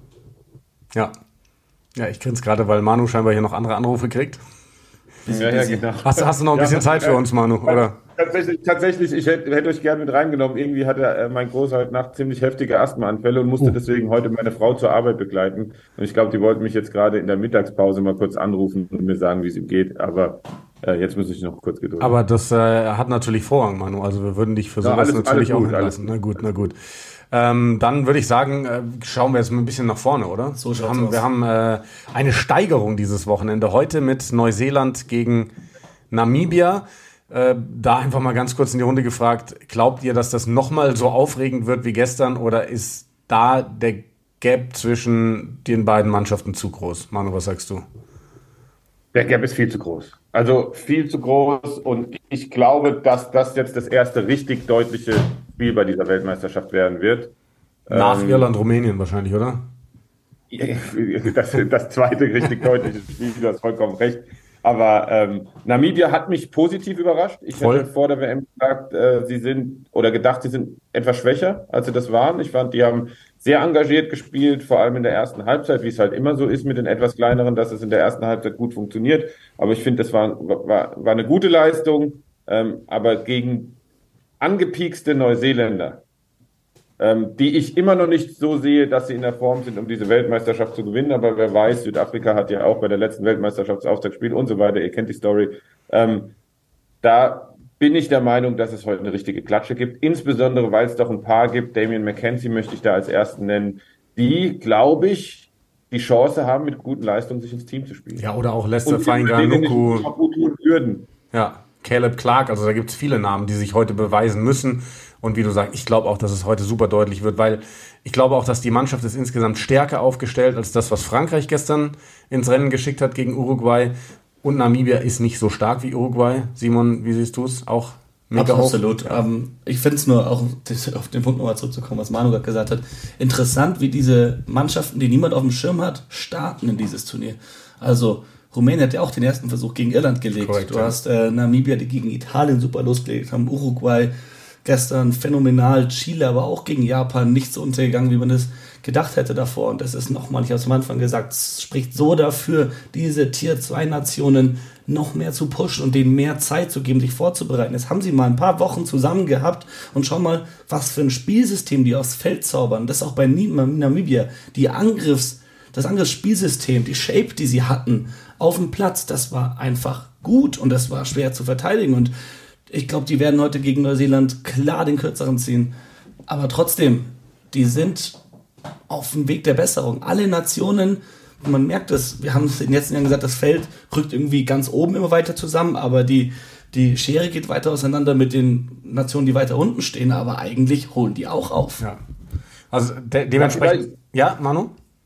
Ja. Ja, ich grinse gerade, weil Manu scheinbar hier noch andere Anrufe kriegt.
Ja, ja, genau.
Hast, hast du noch ein bisschen ja, Zeit für uns, Manu, oder?
Tatsächlich, tatsächlich ich hätte, hätte euch gerne mit reingenommen. Irgendwie hatte äh, mein Großer heute Nacht ziemlich heftige Asthmaanfälle und musste uh. deswegen heute meine Frau zur Arbeit begleiten. Und ich glaube, die wollten mich jetzt gerade in der Mittagspause mal kurz anrufen und mir sagen, wie es ihm geht. Aber Äh, jetzt muss ich noch kurz gedulden.
Aber das äh, hat natürlich Vorrang, Manu. Also wir würden dich für
Ja,
sowas
alles-
natürlich
alles
auch
gut,
entlassen.
alles
Na gut, na gut. Ähm, dann würde ich sagen, äh, schauen wir jetzt mal ein bisschen nach vorne, oder?
So
wir
schaut's
haben,
aus.
wir haben äh, eine Steigerung dieses Wochenende. Heute mit Neuseeland gegen Namibia. Äh, da einfach mal ganz kurz in die Runde gefragt, glaubt ihr, dass das nochmal so aufregend wird wie gestern oder ist da der Gap zwischen den beiden Mannschaften zu groß? Manu, was sagst du?
Der Gap ist viel zu groß. Also viel zu groß und ich glaube, dass das jetzt das erste richtig deutliche Spiel bei dieser Weltmeisterschaft werden wird.
Nach
Ähm,
Irland, Rumänien wahrscheinlich, oder?
Das, das zweite richtig deutliche Spiel, du hast vollkommen recht. Aber ähm, Namibia hat mich positiv überrascht. Ich
Voll.
hätte vor der W M gesagt, äh, sie sind oder gedacht, sie sind etwas schwächer, als sie das waren. Ich fand, die haben sehr engagiert gespielt, vor allem in der ersten Halbzeit, wie es halt immer so ist mit den etwas kleineren, dass es in der ersten Halbzeit gut funktioniert. Aber ich finde, das war, war, war eine gute Leistung. Ähm, aber gegen angepiekste Neuseeländer, ähm, die ich immer noch nicht so sehe, dass sie in der Form sind, um diese Weltmeisterschaft zu gewinnen. Aber wer weiß, Südafrika hat ja auch bei der letzten Weltmeisterschaftsauftrag gespielt und so weiter. Ihr kennt die Story. Ähm, da bin ich der Meinung, dass es heute eine richtige Klatsche gibt. Insbesondere, weil es doch ein paar gibt. Damien McKenzie möchte ich da als ersten nennen, die, glaube ich, die Chance haben, mit guten Leistungen sich ins Team zu spielen.
Ja, oder auch Lester
Und denen ich
Fainga'anuku.
auch gut tun würden.
Ja, Caleb Clark, also da gibt es viele Namen, die sich heute beweisen müssen. Und wie du sagst, ich glaube auch, dass es heute super deutlich wird, weil ich glaube auch, dass die Mannschaft ist insgesamt stärker aufgestellt als das, was Frankreich gestern ins Rennen geschickt hat gegen Uruguay. Und Namibia ist nicht so stark wie Uruguay. Simon, wie siehst du es? Auch mega hoch?
Absolut. Ähm, ich finde es nur, auch das, auf den Punkt nochmal zurückzukommen, was Manu gerade gesagt hat, interessant, wie diese Mannschaften, die niemand auf dem Schirm hat, starten in dieses Turnier. Also Rumänien hat ja auch den ersten Versuch gegen Irland gelegt.
Korrekt,
du
ja.
hast äh, Namibia, die gegen Italien super losgelegt haben, Uruguay gestern phänomenal, Chile aber auch gegen Japan nicht so untergegangen, wie man das gedacht hätte davor. Und das ist nochmal, ich habe es am Anfang gesagt, es spricht so dafür, diese Tier zwei Nationen noch mehr zu pushen und denen mehr Zeit zu geben, sich vorzubereiten. Jetzt haben sie mal ein paar Wochen zusammen gehabt und schau mal, was für ein Spielsystem die aufs Feld zaubern. Das auch bei Namibia. Die Angriffs, das Angriffsspielsystem, die Shape, die sie hatten auf dem Platz, das war einfach gut und das war schwer zu verteidigen. Und ich glaube, die werden heute gegen Neuseeland klar den Kürzeren ziehen. Aber trotzdem, die sind auf dem Weg der Besserung. Alle Nationen, man merkt es, wir haben es in den letzten Jahren gesagt, das Feld rückt irgendwie ganz oben immer weiter zusammen, aber die, die Schere geht weiter auseinander mit den Nationen, die weiter unten stehen, aber eigentlich holen die auch auf.
Ja. Also de dementsprechend. Ja, Manu?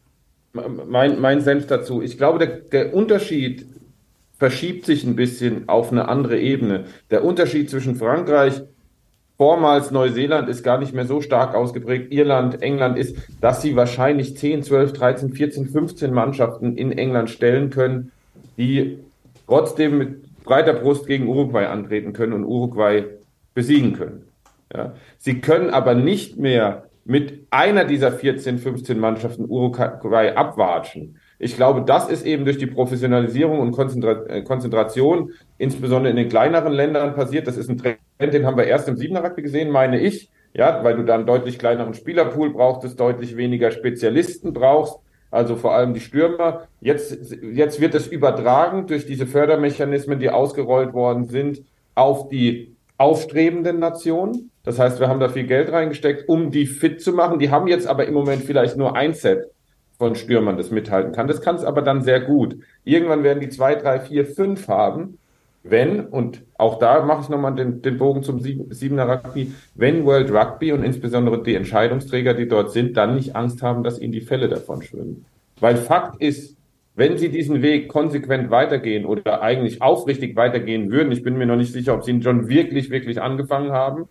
Mein, mein Senf dazu. Ich glaube, der, der Unterschied verschiebt sich ein bisschen auf eine andere Ebene. Der Unterschied zwischen Frankreich, vormals Neuseeland, ist gar nicht mehr so stark ausgeprägt. Irland, England ist, dass sie wahrscheinlich zehn, zwölf, dreizehn, vierzehn, fünfzehn Mannschaften in England stellen können, die trotzdem mit breiter Brust gegen Uruguay antreten können und Uruguay besiegen können. Ja. Sie können aber nicht mehr mit einer dieser vierzehn, fünfzehn Mannschaften Uruguay abwatschen. Ich glaube, das ist eben durch die Professionalisierung und Konzentra- Konzentration, insbesondere in den kleineren Ländern, passiert. Das ist ein Trend, den haben wir erst im Siebener Rugby gesehen, meine ich. Ja, weil du dann deutlich kleineren Spielerpool brauchst, deutlich weniger Spezialisten brauchst, also vor allem die Stürmer. Jetzt, jetzt wird es übertragen durch diese Fördermechanismen, die ausgerollt worden sind, auf die aufstrebenden Nationen. Das heißt, wir haben da viel Geld reingesteckt, um die fit zu machen. Die haben jetzt aber im Moment vielleicht nur ein Set von Stürmern, das mithalten kann. Das kann es aber dann sehr gut. Irgendwann werden die zwei, drei, vier, fünf haben, wenn, und auch da mache ich nochmal den, den Bogen zum Siebener Rugby, wenn World Rugby und insbesondere die Entscheidungsträger, die dort sind, dann nicht Angst haben, dass ihnen die Fälle davon schwimmen. Weil Fakt ist, wenn sie diesen Weg konsequent weitergehen oder eigentlich aufrichtig weitergehen würden, ich bin mir noch nicht sicher, ob sie ihn schon wirklich, wirklich angefangen haben,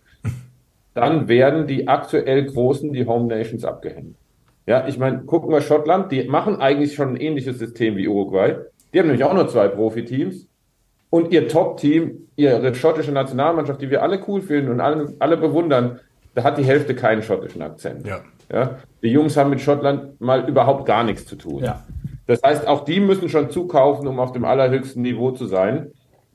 dann werden die aktuell Großen, die Home Nations, abgehängt. Ja, ich meine, gucken wir Schottland, die machen eigentlich schon ein ähnliches System wie Uruguay. Die haben nämlich auch nur zwei Profiteams. Und ihr Top-Team, ihre schottische Nationalmannschaft, die wir alle cool finden und alle, alle bewundern, da hat die Hälfte keinen schottischen Akzent.
Ja.
Ja, die Jungs haben mit Schottland mal überhaupt gar nichts zu tun.
Ja.
Das heißt, auch die müssen schon zukaufen, um auf dem allerhöchsten Niveau zu sein.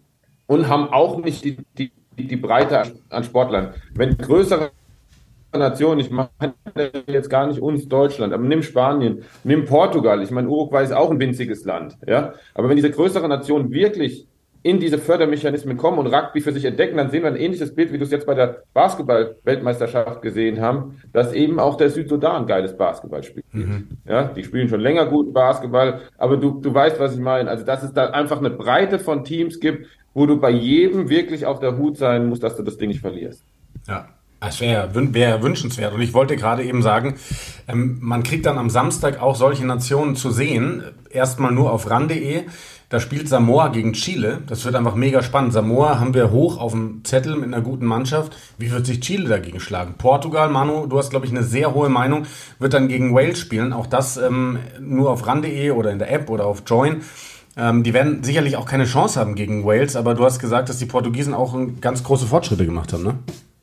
Und haben auch nicht die, die, die Breite an Sportlern. Wenn größere Nationen, ich meine jetzt gar nicht uns Deutschland, aber nimm Spanien, nimm Portugal, ich meine Uruguay ist auch ein winziges Land, ja, aber wenn diese größeren Nationen wirklich in diese Fördermechanismen kommen und Rugby für sich entdecken, dann sehen wir ein ähnliches Bild, wie du es jetzt bei der Basketball-Weltmeisterschaft gesehen haben, dass eben auch der Südsudan geiles Basketball spielt. Mhm. Ja, die spielen schon länger guten Basketball, aber du, du weißt, was ich meine. Also, dass es da einfach eine Breite von Teams gibt, wo du bei jedem wirklich auf der Hut sein musst, dass du das Ding nicht verlierst.
Ja. Es wäre wär wünschenswert. Und ich wollte gerade eben sagen, ähm, man kriegt dann am Samstag auch solche Nationen zu sehen. Erstmal nur auf ran punkt de. Da spielt Samoa gegen Chile. Das wird einfach mega spannend. Samoa haben wir hoch auf dem Zettel mit einer guten Mannschaft. Wie wird sich Chile dagegen schlagen? Portugal, Manu, du hast, glaube ich, eine sehr hohe Meinung, wird dann gegen Wales spielen. Auch das ähm, nur auf ran punkt de oder in der App oder auf Join. Ähm, die werden sicherlich auch keine Chance haben gegen Wales. Aber du hast gesagt, dass die Portugiesen auch ganz große Fortschritte gemacht haben, ne?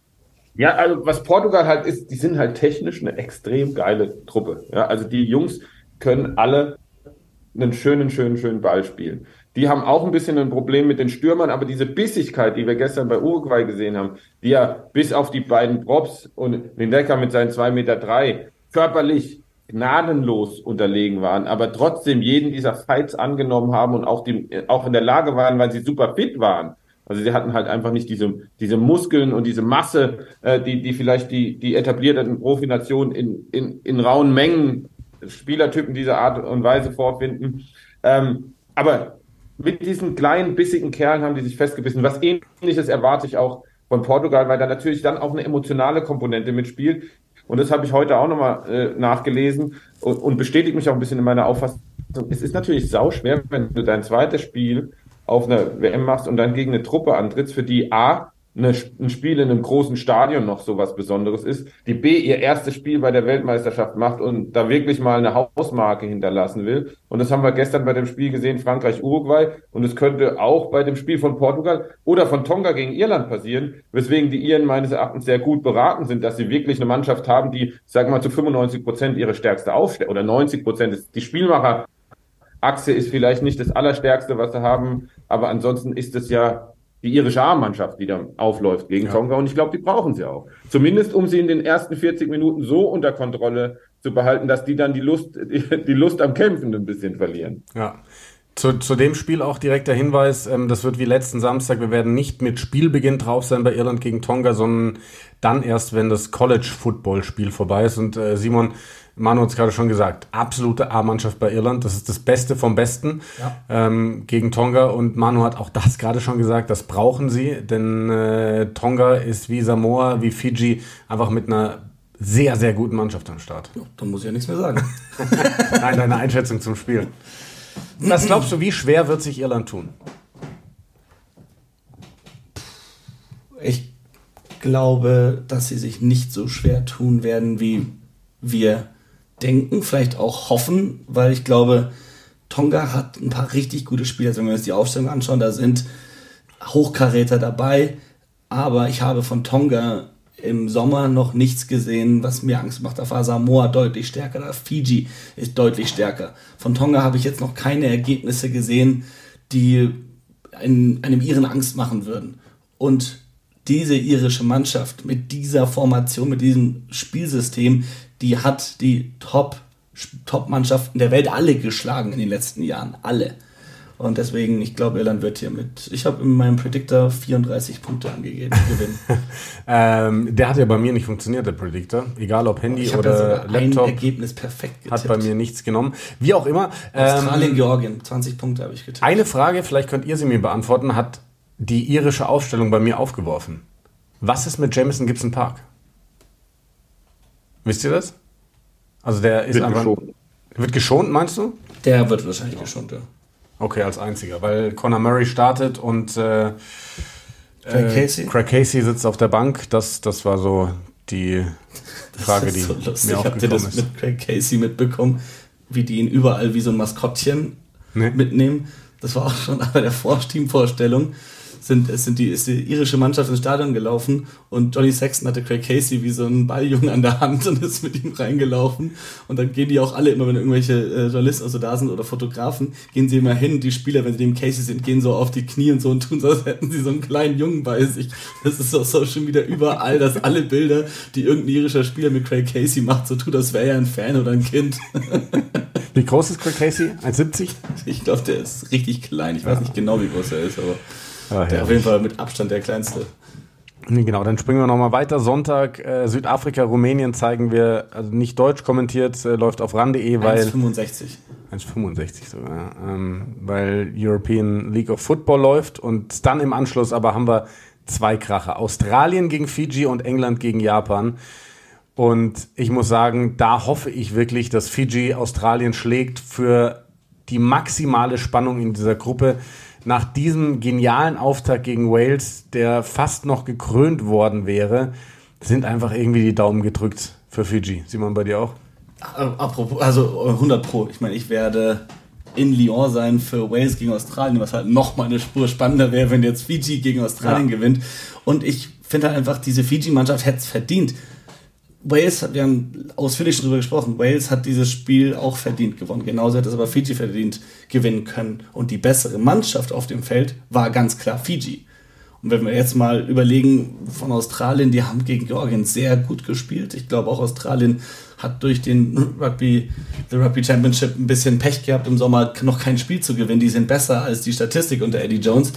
Ja, also was Portugal halt ist, die sind halt technisch eine extrem geile Truppe. Ja, also die Jungs können alle einen schönen, schönen, schönen Ball spielen. Die haben auch ein bisschen ein Problem mit den Stürmern, aber diese Bissigkeit, die wir gestern bei Uruguay gesehen haben, die ja bis auf die beiden Props und Lindecker mit seinen zwei Meter drei körperlich gnadenlos unterlegen waren, aber trotzdem jeden dieser Fights angenommen haben und auch, die, auch in der Lage waren, weil sie super fit waren. Also sie hatten halt einfach nicht diese, diese Muskeln und diese Masse, äh, die, die vielleicht die, die etablierten Profinationen in, in, in rauen Mengen Spielertypen dieser Art und Weise vorfinden. Ähm, aber mit diesen kleinen, bissigen Kerlen haben die sich festgebissen. Was Ähnliches erwarte ich auch von Portugal, weil da natürlich dann auch eine emotionale Komponente mitspielt. Und das habe ich heute auch nochmal äh, nachgelesen und, und bestätigt mich auch ein bisschen in meiner Auffassung. Es ist natürlich sauschwer, wenn du dein zweites Spiel auf einer W M machst und dann gegen eine Truppe antrittst, für die A, eine, ein Spiel in einem großen Stadion noch so was Besonderes ist, die B, ihr erstes Spiel bei der Weltmeisterschaft macht und da wirklich mal eine Hausmarke hinterlassen will. Und das haben wir gestern bei dem Spiel gesehen, Frankreich-Uruguay. Und es könnte auch bei dem Spiel von Portugal oder von Tonga gegen Irland passieren, weswegen die Iren meines Erachtens sehr gut beraten sind, dass sie wirklich eine Mannschaft haben, die, sagen wir mal, zu fünfundneunzig Prozent ihre stärkste Aufstellung oder neunzig Prozent ist die Spielmacher. Achse ist vielleicht nicht das Allerstärkste, was sie haben, aber ansonsten ist es ja die irische A-Mannschaft, die da aufläuft gegen ja. Tonga und ich glaube, die brauchen sie auch. Zumindest, um sie in den ersten vierzig Minuten so unter Kontrolle zu behalten, dass die dann die Lust, die, die Lust am Kämpfen ein bisschen verlieren.
Ja. Zu, zu dem Spiel auch direkt der Hinweis, ähm, das wird wie letzten Samstag, wir werden nicht mit Spielbeginn drauf sein bei Irland gegen Tonga, sondern dann erst, wenn das College-Football-Spiel vorbei ist. Und äh, Simon, Manu hat es gerade schon gesagt, absolute A-Mannschaft bei Irland, das ist das Beste vom Besten ja. ähm, gegen Tonga. Und Manu hat auch das gerade schon gesagt, das brauchen sie, denn äh, Tonga ist wie Samoa, wie Fiji, einfach mit einer sehr, sehr guten Mannschaft am Start.
Ja, dann muss ich ja nichts mehr sagen.
Nein, deine Einschätzung zum Spiel. Was glaubst du, wie schwer wird sich Irland tun?
Ich glaube, dass sie sich nicht so schwer tun werden, wie wir denken, vielleicht auch hoffen, weil ich glaube, Tonga hat ein paar richtig gute Spieler. Also wenn wir uns die Aufstellung anschauen, da sind Hochkaräter dabei, aber ich habe von Tonga im Sommer noch nichts gesehen, was mir Angst macht. Da war Samoa deutlich stärker, da Fiji ist deutlich stärker. Von Tonga habe ich jetzt noch keine Ergebnisse gesehen, die einem, einem Iren Angst machen würden. Und diese irische Mannschaft mit dieser Formation, mit diesem Spielsystem, die hat die Top, Top-Mannschaften der Welt alle geschlagen in den letzten Jahren. Alle. Und deswegen, ich glaube, Irland wird hier mit, ich habe in meinem Predictor vierunddreißig Punkte angegeben, gewinnen.
ähm, der hat ja bei mir nicht funktioniert, der Predictor. Egal ob Handy
ich
oder
ja
Laptop.
Ein Ergebnis perfekt getippt.
Hat bei mir nichts genommen. Wie auch immer.
Australien,
ähm,
Georgien, zwanzig Punkte habe ich getippt.
Eine Frage, vielleicht könnt ihr sie mir beantworten, hat die irische Aufstellung bei mir aufgeworfen. Was ist mit Jamison Gibson Park? Wisst ihr das? Also der ist
wird
einfach...
Geschont.
Wird geschont, meinst du?
Der wird wahrscheinlich geschont, ja.
Okay, als einziger, weil Conor Murray startet und äh,
Craig Casey.
Craig Casey sitzt auf der Bank. Das, das war so die Frage, die
so lustig.
mir
Habt ihr das
ist.
mit Craig Casey mitbekommen, wie die ihn überall wie so ein Maskottchen
nee.
mitnehmen? Das war auch schon bei der Teamvorstellung. sind, es sind die, ist die irische Mannschaft ins Stadion gelaufen und Johnny Sexton hatte Craig Casey wie so ein Balljungen an der Hand und ist mit ihm reingelaufen. Und dann gehen die auch alle immer, wenn irgendwelche äh, Journalisten also da sind oder Fotografen, gehen sie immer hin. Die Spieler, wenn sie dem Casey sind, gehen so auf die Knie und so und tun so, als hätten sie so einen kleinen Jungen bei sich. Das ist auch so schon wieder überall, dass alle Bilder, die irgendein irischer Spieler mit Craig Casey macht, so tut, als wäre er ein Fan oder ein Kind.
Wie groß ist Craig Casey? eins siebzig?
Ich glaube, der ist richtig klein. Ich weiß ja. nicht genau, wie groß er ist, aber
ja,
der auf jeden Fall mit Abstand der kleinste.
Genau, dann springen wir nochmal weiter. Sonntag, äh, Südafrika, Rumänien zeigen wir, also nicht deutsch kommentiert, äh, läuft auf ran punkt de, weil...
eins fünfundsechzig.
eins fünfundsechzig sogar, ähm, weil European League of Football läuft und dann im Anschluss aber haben wir zwei Kracher. Australien gegen Fiji und England gegen Japan. Und ich muss sagen, da hoffe ich wirklich, dass Fiji Australien schlägt für die maximale Spannung in dieser Gruppe. Nach diesem genialen Auftakt gegen Wales, der fast noch gekrönt worden wäre, sind einfach irgendwie die Daumen gedrückt für Fiji. Simon, bei dir auch?
Apropos, also hundert Pro. Ich meine, ich werde in Lyon sein für Wales gegen Australien, was halt noch mal eine Spur spannender wäre, wenn jetzt Fiji gegen Australien ja. gewinnt. Und ich finde halt einfach, diese Fiji-Mannschaft hätte es verdient. Wales, wir haben ausführlich darüber gesprochen, Wales hat dieses Spiel auch verdient gewonnen. Genauso hätte es aber Fiji verdient gewinnen können. Und die bessere Mannschaft auf dem Feld war ganz klar Fiji. Und wenn wir jetzt mal überlegen, von Australien, die haben gegen Georgien sehr gut gespielt. Ich glaube auch Australien hat durch den Rugby, the Rugby Championship ein bisschen Pech gehabt, im Sommer noch kein Spiel zu gewinnen. Die sind besser als die Statistik unter Eddie Jones.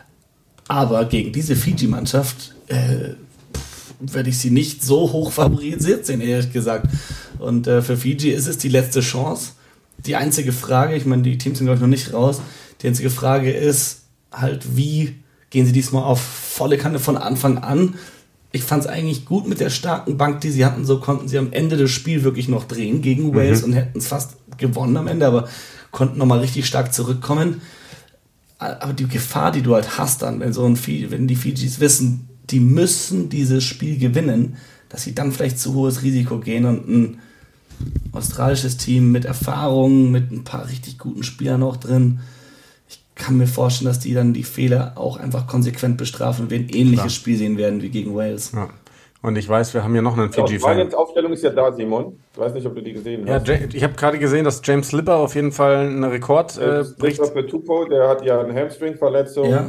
Aber gegen diese Fiji-Mannschaft äh, werde ich sie nicht so hoch favorisiert sehen, ehrlich gesagt. Und äh, für Fiji ist es die letzte Chance. Die einzige Frage, ich meine, die Teams sind glaube ich noch nicht raus, die einzige Frage ist halt, wie gehen sie diesmal auf volle Kanne von Anfang an? Ich fand es eigentlich gut mit der starken Bank, die sie hatten. So konnten sie am Ende des Spiels wirklich noch drehen gegen Wales mhm. und hätten es fast gewonnen am Ende, aber konnten nochmal richtig stark zurückkommen. Aber die Gefahr, die du halt hast dann, wenn, so ein Fiji, wenn die Fijis wissen, die müssen dieses Spiel gewinnen, dass sie dann vielleicht zu hohes Risiko gehen und ein australisches Team mit Erfahrung, mit ein paar richtig guten Spielern auch drin, ich kann mir vorstellen, dass die dann die Fehler auch einfach konsequent bestrafen und wir ein ähnliches Klar. Spiel sehen werden wie gegen Wales.
Ja. Und ich weiß, wir haben ja noch einen Fiji-Fan.
Die Australiens-Aufstellung ist ja da, Simon. Ich weiß nicht, ob du die gesehen hast.
Ja, ich habe gerade gesehen, dass James Slipper auf jeden Fall einen Rekord äh, bricht.
Für Tupou, der hat ja eine Hamstring-Verletzung. Ja.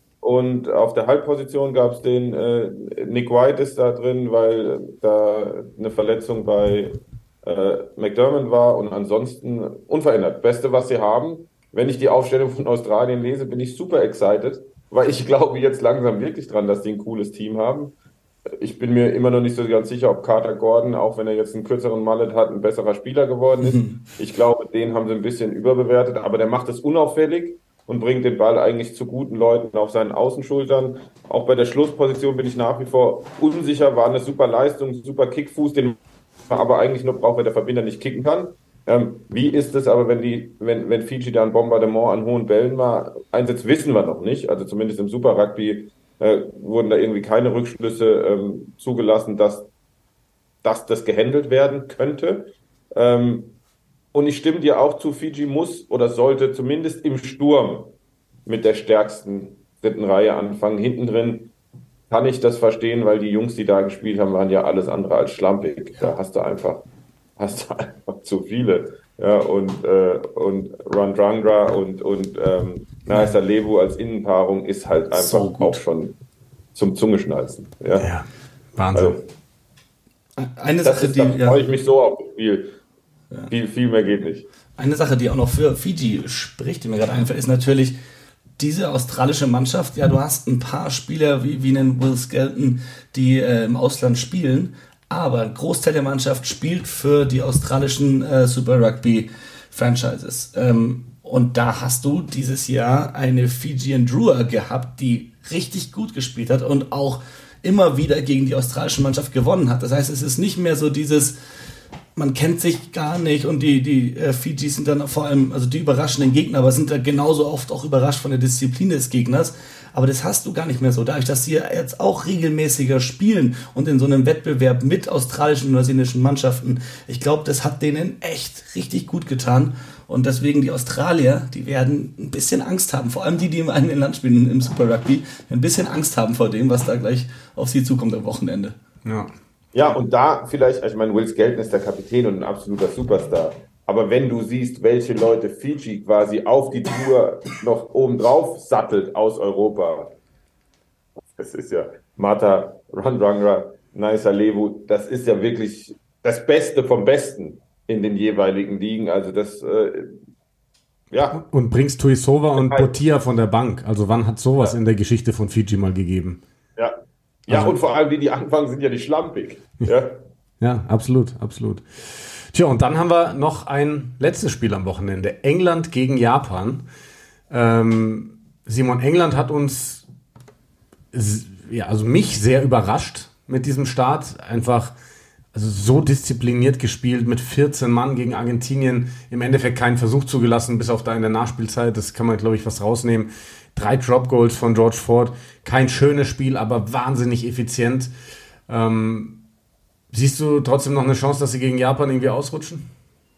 Und auf der Halbposition gab es den, äh, Nick White ist da drin, weil da eine Verletzung bei äh, McDermott war und ansonsten unverändert. Beste, was sie haben. Wenn ich die Aufstellung von Australien lese, bin ich super excited, weil ich glaube jetzt langsam wirklich dran, dass die ein cooles Team haben. Ich bin mir immer noch nicht so ganz sicher, ob Carter Gordon, auch wenn er jetzt einen kürzeren Mallet hat, ein besserer Spieler geworden ist. Mhm. Ich glaube, den haben sie ein bisschen überbewertet, aber der macht es unauffällig und bringt den Ball eigentlich zu guten Leuten auf seinen Außenschultern. Auch bei der Schlussposition bin ich nach wie vor unsicher, war eine super Leistung, super Kickfuß, den man aber eigentlich nur braucht, weil der Verbinder nicht kicken kann. Ähm, wie ist es aber, wenn die, wenn, wenn Fiji da ein Bombardement an hohen Bällen mal einsetzt, wissen wir noch nicht. Also zumindest im Super Rugby äh, wurden da irgendwie keine Rückschlüsse ähm, zugelassen, dass, dass das gehandelt werden könnte. Ähm, Und ich stimme dir auch zu, Fiji muss oder sollte zumindest im Sturm mit der stärksten dritten Reihe anfangen. Hinten drin kann ich das verstehen, weil die Jungs, die da gespielt haben, waren ja alles andere als schlampig. Da hast du einfach, hast du einfach zu viele. Ja, und, äh, und Randrangra und, und ähm, Naisa Levu als Innenpaarung ist halt einfach so auch schon zum Zungeschnalzen. Ja,
ja Wahnsinn.
Also, Eine Sache, ist, die, da freue ich mich so auf das Spiel. Ja. Viel, viel mehr geht nicht.
Eine Sache, die auch noch für Fiji spricht, die mir gerade einfällt, ist natürlich diese australische Mannschaft. Ja, du hast ein paar Spieler wie, wie einen Will Skelton, die äh, im Ausland spielen, aber ein Großteil der Mannschaft spielt für die australischen äh, Super Rugby Franchises. Ähm, und da hast du dieses Jahr eine Fijian Drua gehabt, die richtig gut gespielt hat und auch immer wieder gegen die australische Mannschaft gewonnen hat. Das heißt, es ist nicht mehr so dieses man kennt sich gar nicht und die, die äh, Fiji sind dann vor allem, also die überraschenden Gegner, aber sind da genauso oft auch überrascht von der Disziplin des Gegners. Aber das hast du gar nicht mehr so. Dadurch, dass sie jetzt auch regelmäßiger spielen und in so einem Wettbewerb mit australischen und neuseeländischen Mannschaften, ich glaube, das hat denen echt richtig gut getan. Und deswegen die Australier, die werden ein bisschen Angst haben, vor allem die, die im eigenen Land spielen im Super Rugby, ein bisschen Angst haben vor dem, was da gleich auf sie zukommt am Wochenende.
Ja, ja und da vielleicht, ich meine, Will Skelton ist der Kapitän und ein absoluter Superstar. Aber wenn du siehst, welche Leute Fiji quasi auf die Tour noch oben drauf sattelt aus Europa, das ist ja Mata Radradra, Naisa Levu, das ist ja wirklich das Beste vom Besten in den jeweiligen Ligen. Also das, äh, ja.
Und bringst Tuisova und Botia von der Bank. Also wann hat sowas ja. in der Geschichte von Fiji mal gegeben?
Ja, ja also, und vor allem, wie die anfangen, sind ja nicht schlampig. Ja,
ja, absolut, absolut. Tja, und dann haben wir noch ein letztes Spiel am Wochenende. England gegen Japan. Ähm, Simon, England hat uns, ja, also mich sehr überrascht mit diesem Start. Einfach also so diszipliniert gespielt mit vierzehn Mann gegen Argentinien. Im Endeffekt keinen Versuch zugelassen, bis auf da in der Nachspielzeit. Das kann man, glaube ich, was rausnehmen. Drei Drop-Goals von George Ford. Kein schönes Spiel, aber wahnsinnig effizient. Ähm, Siehst du trotzdem noch eine Chance, dass sie gegen Japan irgendwie ausrutschen?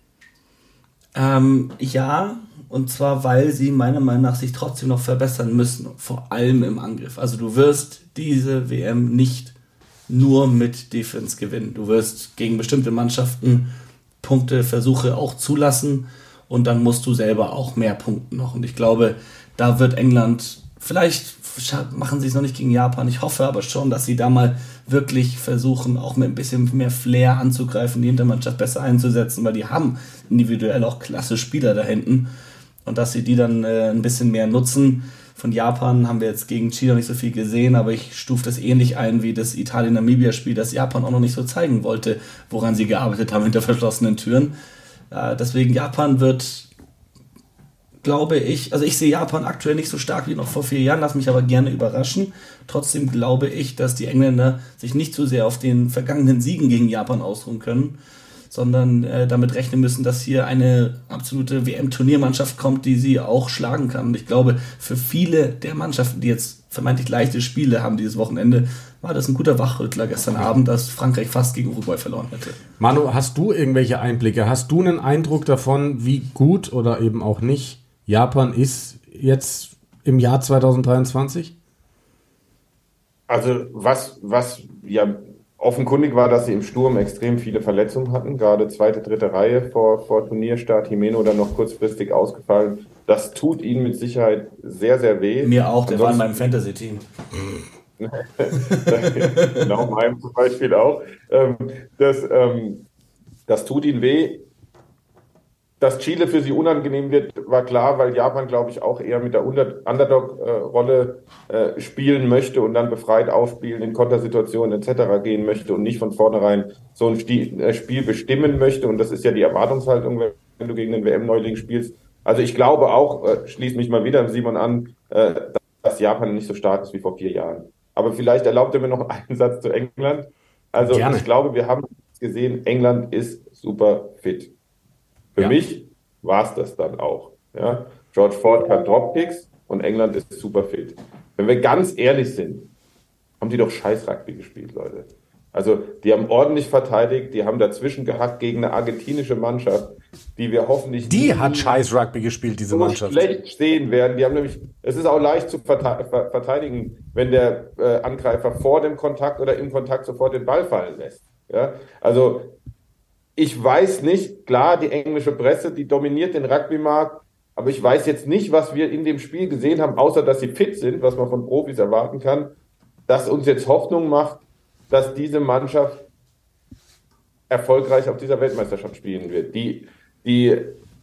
Ähm, ja, und zwar, weil sie meiner Meinung nach sich trotzdem noch verbessern müssen, vor allem im Angriff. Also du wirst diese W M nicht nur mit Defense gewinnen. Du wirst gegen bestimmte Mannschaften Punkte, Versuche auch zulassen und dann musst du selber auch mehr punkten noch. Und ich glaube, da wird England, vielleicht machen sie es noch nicht gegen Japan, ich hoffe aber schon, dass sie da mal wirklich versuchen, auch mit ein bisschen mehr Flair anzugreifen, die Hintermannschaft besser einzusetzen, weil die haben individuell auch klasse Spieler da hinten und dass sie die dann äh, ein bisschen mehr nutzen. Von Japan haben wir jetzt gegen Chile noch nicht so viel gesehen, aber ich stufe das ähnlich ein wie das Italien-Namibia-Spiel, das Japan auch noch nicht so zeigen wollte, woran sie gearbeitet haben hinter verschlossenen Türen. Äh, deswegen Japan wird, glaube ich, also ich sehe Japan aktuell nicht so stark wie noch vor vier Jahren, lass mich aber gerne überraschen. Trotzdem glaube ich, dass die Engländer sich nicht zu sehr auf den vergangenen Siegen gegen Japan ausruhen können, sondern äh, damit rechnen müssen, dass hier eine absolute W M-Turniermannschaft kommt, die sie auch schlagen kann. Und ich glaube, für viele der Mannschaften, die jetzt vermeintlich leichte Spiele haben dieses Wochenende, war das ein guter Wachrüttler gestern Abend, dass Frankreich fast gegen Uruguay verloren hätte.
Manu, hast du irgendwelche Einblicke? Hast du einen Eindruck davon, wie gut oder eben auch nicht Japan ist jetzt im Jahr zwanzig dreiundzwanzig?
Also was, was ja offenkundig war, dass sie im Sturm extrem viele Verletzungen hatten, gerade zweite, dritte Reihe vor, vor Turnierstart, Jimeno dann noch kurzfristig ausgefallen. Das tut ihnen mit Sicherheit sehr, sehr weh.
Mir auch, der Ansonsten, war in meinem Fantasy-Team.
Genau, meinem zum Beispiel auch. Das, das tut ihnen weh. Dass Chile für sie unangenehm wird, war klar, weil Japan, glaube ich, auch eher mit der Underdog-Rolle äh, spielen möchte und dann befreit aufspielen, in Kontersituationen et cetera gehen möchte und nicht von vornherein so ein Spiel bestimmen möchte. Und das ist ja die Erwartungshaltung, wenn du gegen den W M-Neuling spielst. Also ich glaube auch, äh, schließe mich mal wieder Simon an, äh, dass Japan nicht so stark ist wie vor vier Jahren. Aber vielleicht erlaubt er mir noch einen Satz zu England. Also Gerne. Ich glaube, wir haben gesehen, England ist super fit. Für ja. mich war es das dann auch. Ja? George Ford kann Dropkicks und England ist super fit. Wenn wir ganz ehrlich sind, haben die doch scheiß Rugby gespielt, Leute. Also die haben ordentlich verteidigt, die haben dazwischen gehackt gegen eine argentinische Mannschaft, die wir hoffentlich...
Die hat scheiß Rugby gespielt, diese so Mannschaft.
Schlecht sehen werden. Die haben nämlich, es ist auch leicht zu verteidigen, wenn der äh, Angreifer vor dem Kontakt oder im Kontakt sofort den Ball fallen lässt. Ja? Also ich weiß nicht, klar, die englische Presse, die dominiert den Rugby-Markt, aber ich weiß jetzt nicht, was wir in dem Spiel gesehen haben, außer dass sie fit sind, was man von Profis erwarten kann, dass uns jetzt Hoffnung macht, dass diese Mannschaft erfolgreich auf dieser Weltmeisterschaft spielen wird. Die, die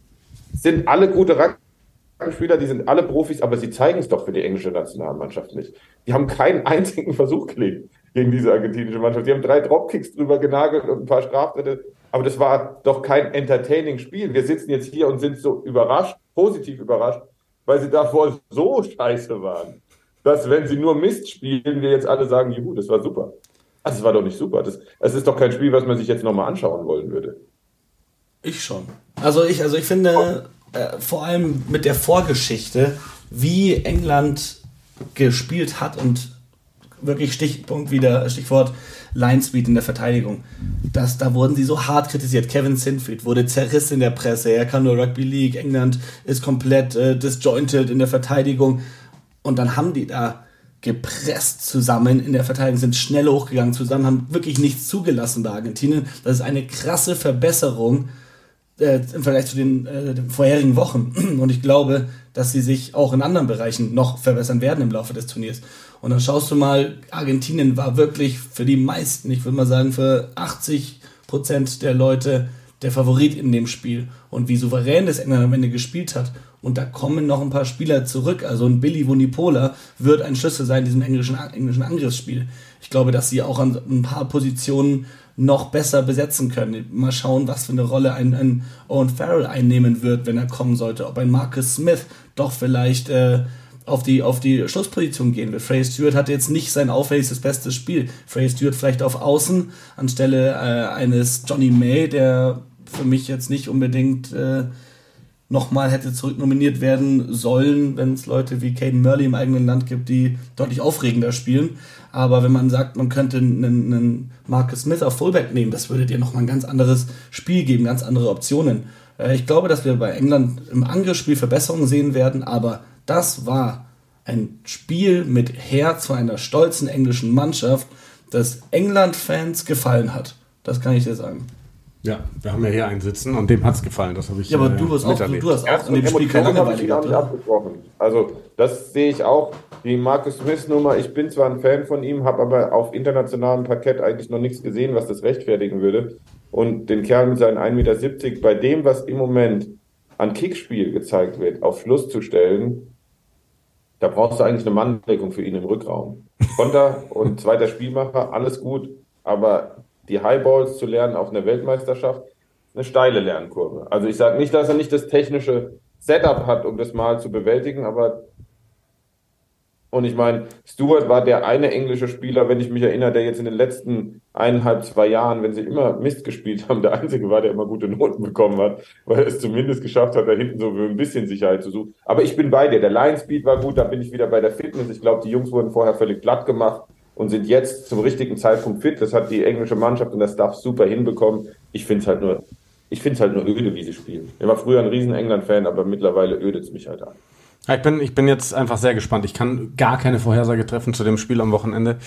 sind alle gute Rugby-Spieler, die sind alle Profis, aber sie zeigen es doch für die englische Nationalmannschaft nicht. Die haben keinen einzigen Versuch gelegt gegen diese argentinische Mannschaft. Die haben drei Dropkicks drüber genagelt und ein paar Straftritte. Aber das war doch kein entertaining Spiel. Wir sitzen jetzt hier und sind so überrascht, positiv überrascht, weil sie davor so scheiße waren, dass wenn sie nur Mist spielen, wir jetzt alle sagen, juhu, das war super. Also es war doch nicht super. Das, es ist doch kein Spiel, was man sich jetzt nochmal anschauen wollen würde.
Ich schon. Also ich, also ich finde, äh, vor allem mit der Vorgeschichte, wie England gespielt hat und wirklich Stichpunkt wieder, Stichwort Line Speed in der Verteidigung. Das, da wurden sie so hart kritisiert. Kevin Sinfield wurde zerrissen in der Presse. Er kann nur Rugby League. England ist komplett äh, disjointed in der Verteidigung. Und dann haben die da gepresst zusammen in der Verteidigung, sind schnell hochgegangen zusammen, haben wirklich nichts zugelassen bei Argentinien. Das ist eine krasse Verbesserung äh, im Vergleich zu den, äh, den vorherigen Wochen. Und ich glaube, dass sie sich auch in anderen Bereichen noch verbessern werden im Laufe des Turniers. Und dann schaust du mal, Argentinien war wirklich für die meisten, ich würde mal sagen für achtzig Prozent der Leute der Favorit in dem Spiel. Und wie souverän das England am Ende gespielt hat. Und da kommen noch ein paar Spieler zurück. Also ein Billy Vunipola wird ein Schlüssel sein in diesem englischen, englischen Angriffsspiel. Ich glaube, dass sie auch an ein paar Positionen noch besser besetzen können. Mal schauen, was für eine Rolle ein, ein Owen Farrell einnehmen wird, wenn er kommen sollte. Ob ein Marcus Smith doch vielleicht äh, auf die, auf die Schlussposition gehen wird. Freya Stewart hatte jetzt nicht sein auffälligstes bestes Spiel. Freya Stewart vielleicht auf Außen anstelle äh, eines Johnny May, der für mich jetzt nicht unbedingt äh, nochmal hätte zurücknominiert werden sollen, wenn es Leute wie Caden Murley im eigenen Land gibt, die deutlich aufregender spielen. Aber wenn man sagt, man könnte einen, einen Marcus Smith auf Fullback nehmen, das würde dir nochmal ein ganz anderes Spiel geben, ganz andere Optionen. Äh, ich glaube, dass wir bei England im Angriffsspiel Verbesserungen sehen werden, aber das war ein Spiel mit Herz von einer stolzen englischen Mannschaft, das England-Fans gefallen hat. Das kann ich dir sagen.
Ja, wir haben ja hier einen sitzen und dem hat es gefallen, das habe ich
Ja, aber du hast auch, du hast auch in dem Spiel keine Langeweile gehabt.
Abgesprochen. Also das sehe ich auch, die Marcus Smith-Nummer, ich bin zwar ein Fan von ihm, habe aber auf internationalem Parkett eigentlich noch nichts gesehen, was das rechtfertigen würde. Und den Kerl mit seinen ein Meter siebzig, bei dem, was im Moment an Kickspiel gezeigt wird, auf Schluss zu stellen, da brauchst du eigentlich eine Manndeckung für ihn im Rückraum. Konter und zweiter Spielmacher, alles gut, aber die Highballs zu lernen auf einer Weltmeisterschaft, eine steile Lernkurve. Also ich sage nicht, dass er nicht das technische Setup hat, um das mal zu bewältigen, aber und ich meine, Stewart war der eine englische Spieler, wenn ich mich erinnere, der jetzt in den letzten eineinhalb, zwei Jahren, wenn sie immer Mist gespielt haben, der einzige war, der immer gute Noten bekommen hat, weil er es zumindest geschafft hat, da hinten so ein bisschen Sicherheit zu suchen. Aber ich bin bei dir, der Line Speed war gut, da bin ich wieder bei der Fitness. Ich glaube, die Jungs wurden vorher völlig platt gemacht und sind jetzt zum richtigen Zeitpunkt fit. Das hat die englische Mannschaft und der Staff super hinbekommen. Ich finde es halt nur, ich finde es halt nur öde, wie sie spielen. Ich war früher ein riesen England-Fan, aber mittlerweile ödet es mich halt an.
Ja, ich bin, ich bin jetzt einfach sehr gespannt. Ich kann gar keine Vorhersage treffen zu dem Spiel am Wochenende.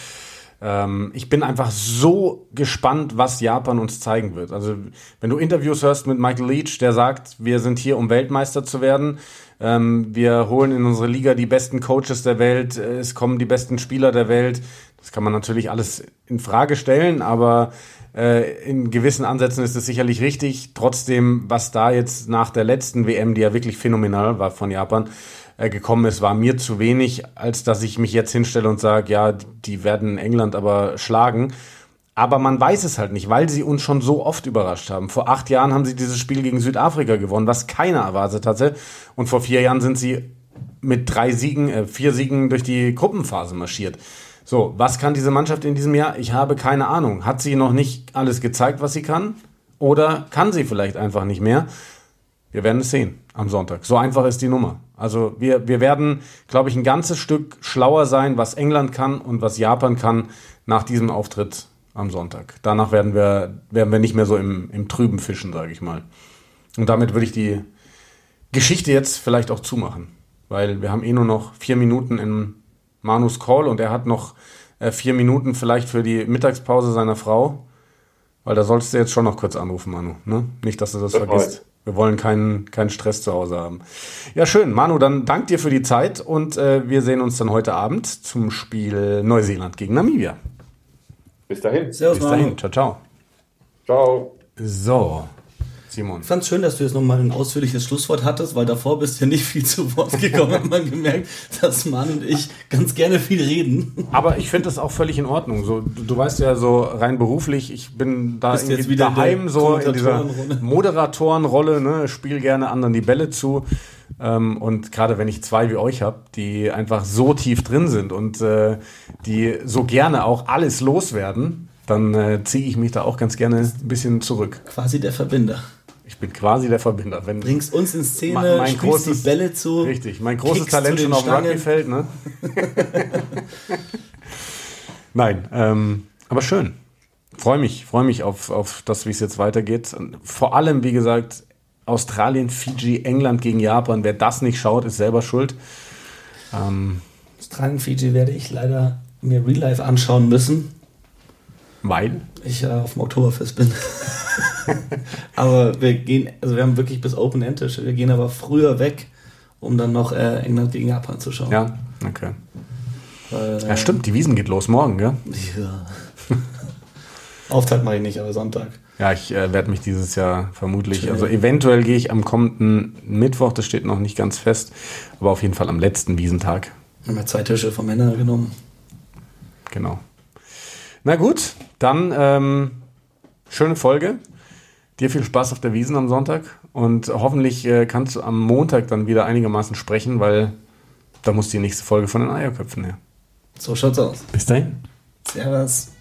Ähm, ich bin einfach so gespannt, was Japan uns zeigen wird. Also, wenn du Interviews hörst mit Michael Leach, der sagt, wir sind hier, um Weltmeister zu werden. Ähm, wir holen in unsere Liga die besten Coaches der Welt. Es kommen die besten Spieler der Welt. Das kann man natürlich alles in Frage stellen, aber äh, in gewissen Ansätzen ist es sicherlich richtig. Trotzdem, was da jetzt nach der letzten W M, die ja wirklich phänomenal war von Japan, gekommen ist, war mir zu wenig, als dass ich mich jetzt hinstelle und sage, ja, die werden England aber schlagen. Aber man weiß es halt nicht, weil sie uns schon so oft überrascht haben. Vor acht Jahren haben sie dieses Spiel gegen Südafrika gewonnen, was keiner erwartet hatte. Und vor vier Jahren sind sie mit drei Siegen, äh, vier Siegen durch die Gruppenphase marschiert. So, was kann diese Mannschaft in diesem Jahr? Ich habe keine Ahnung. Hat sie noch nicht alles gezeigt, was sie kann? Oder kann sie vielleicht einfach nicht mehr? Wir werden es sehen am Sonntag. So einfach ist die Nummer. Also wir, wir werden, glaube ich, ein ganzes Stück schlauer sein, was England kann und was Japan kann nach diesem Auftritt am Sonntag. Danach werden wir, werden wir nicht mehr so im, im Trüben fischen, sage ich mal. Und damit würde ich die Geschichte jetzt vielleicht auch zumachen. Weil wir haben eh nur noch vier Minuten in Manus Call und er hat noch äh, vier Minuten vielleicht für die Mittagspause seiner Frau. Weil da solltest du jetzt schon noch kurz anrufen, Manu. Ne? Nicht, dass du das, das vergisst. Wir wollen keinen, keinen Stress zu Hause haben. Ja, schön. Manu, dann dank dir für die Zeit und äh, wir sehen uns dann heute Abend zum Spiel Neuseeland gegen Namibia.
Bis dahin.
Servus,
Bis dahin. Ciao, ciao.
Ciao.
So, Simon.
Ich fand es schön, dass du jetzt nochmal ein ausführliches Schlusswort hattest, weil davor bist du ja nicht viel zu Wort gekommen. Hat man gemerkt, dass Manu und ich ganz gerne viel reden.
Aber ich finde das auch völlig in Ordnung. So, du, du weißt ja so rein beruflich, ich bin da
bist
irgendwie
jetzt wieder
daheim
in
so in dieser Moderatorenrolle, ne, spiele gerne anderen die Bälle zu. Ähm, und gerade wenn ich zwei wie euch habe, die einfach so tief drin sind und äh, die so gerne auch alles loswerden, dann äh, ziehe ich mich da auch ganz gerne ein bisschen zurück.
Quasi der Verbinder.
Ich bin quasi der Verbinder. Wenn
bringst uns in Szene,
mein
spielst
großes,
die Bälle zu.
Richtig, mein großes Talent schon auf dem Rugbyfeld. Ne? Nein, ähm, aber schön. Freue mich, freue mich auf, auf das, wie es jetzt weitergeht. Und vor allem, wie gesagt, Australien, Fiji, England gegen Japan. Wer das nicht schaut, ist selber schuld. Ähm,
Australien, Fiji werde ich leider mir Real Life anschauen müssen.
Weil?
Ich äh, auf dem Oktoberfest bin. Aber wir gehen, also wir haben wirklich bis Open End Tisch. Wir gehen aber früher weg, um dann noch äh, England gegen Japan zu schauen.
Ja, okay.
Weil,
Ja, stimmt, die Wiesn geht los morgen, gell?
Ja. Auftakt mache ich nicht, aber Sonntag.
Ja, ich äh, werde mich dieses Jahr vermutlich,
Schön.
also eventuell gehe ich am kommenden Mittwoch, das steht noch nicht ganz fest, aber auf jeden Fall am letzten Wiesentag.
Wir haben ja zwei Tische von Männern genommen.
Genau. Na gut, dann ähm, schöne Folge. Dir viel Spaß auf der Wiesn am Sonntag und hoffentlich äh, kannst du am Montag dann wieder einigermaßen sprechen, weil da muss die nächste Folge von den Eierköpfen her.
So schaut's aus.
Bis dahin.
Servus.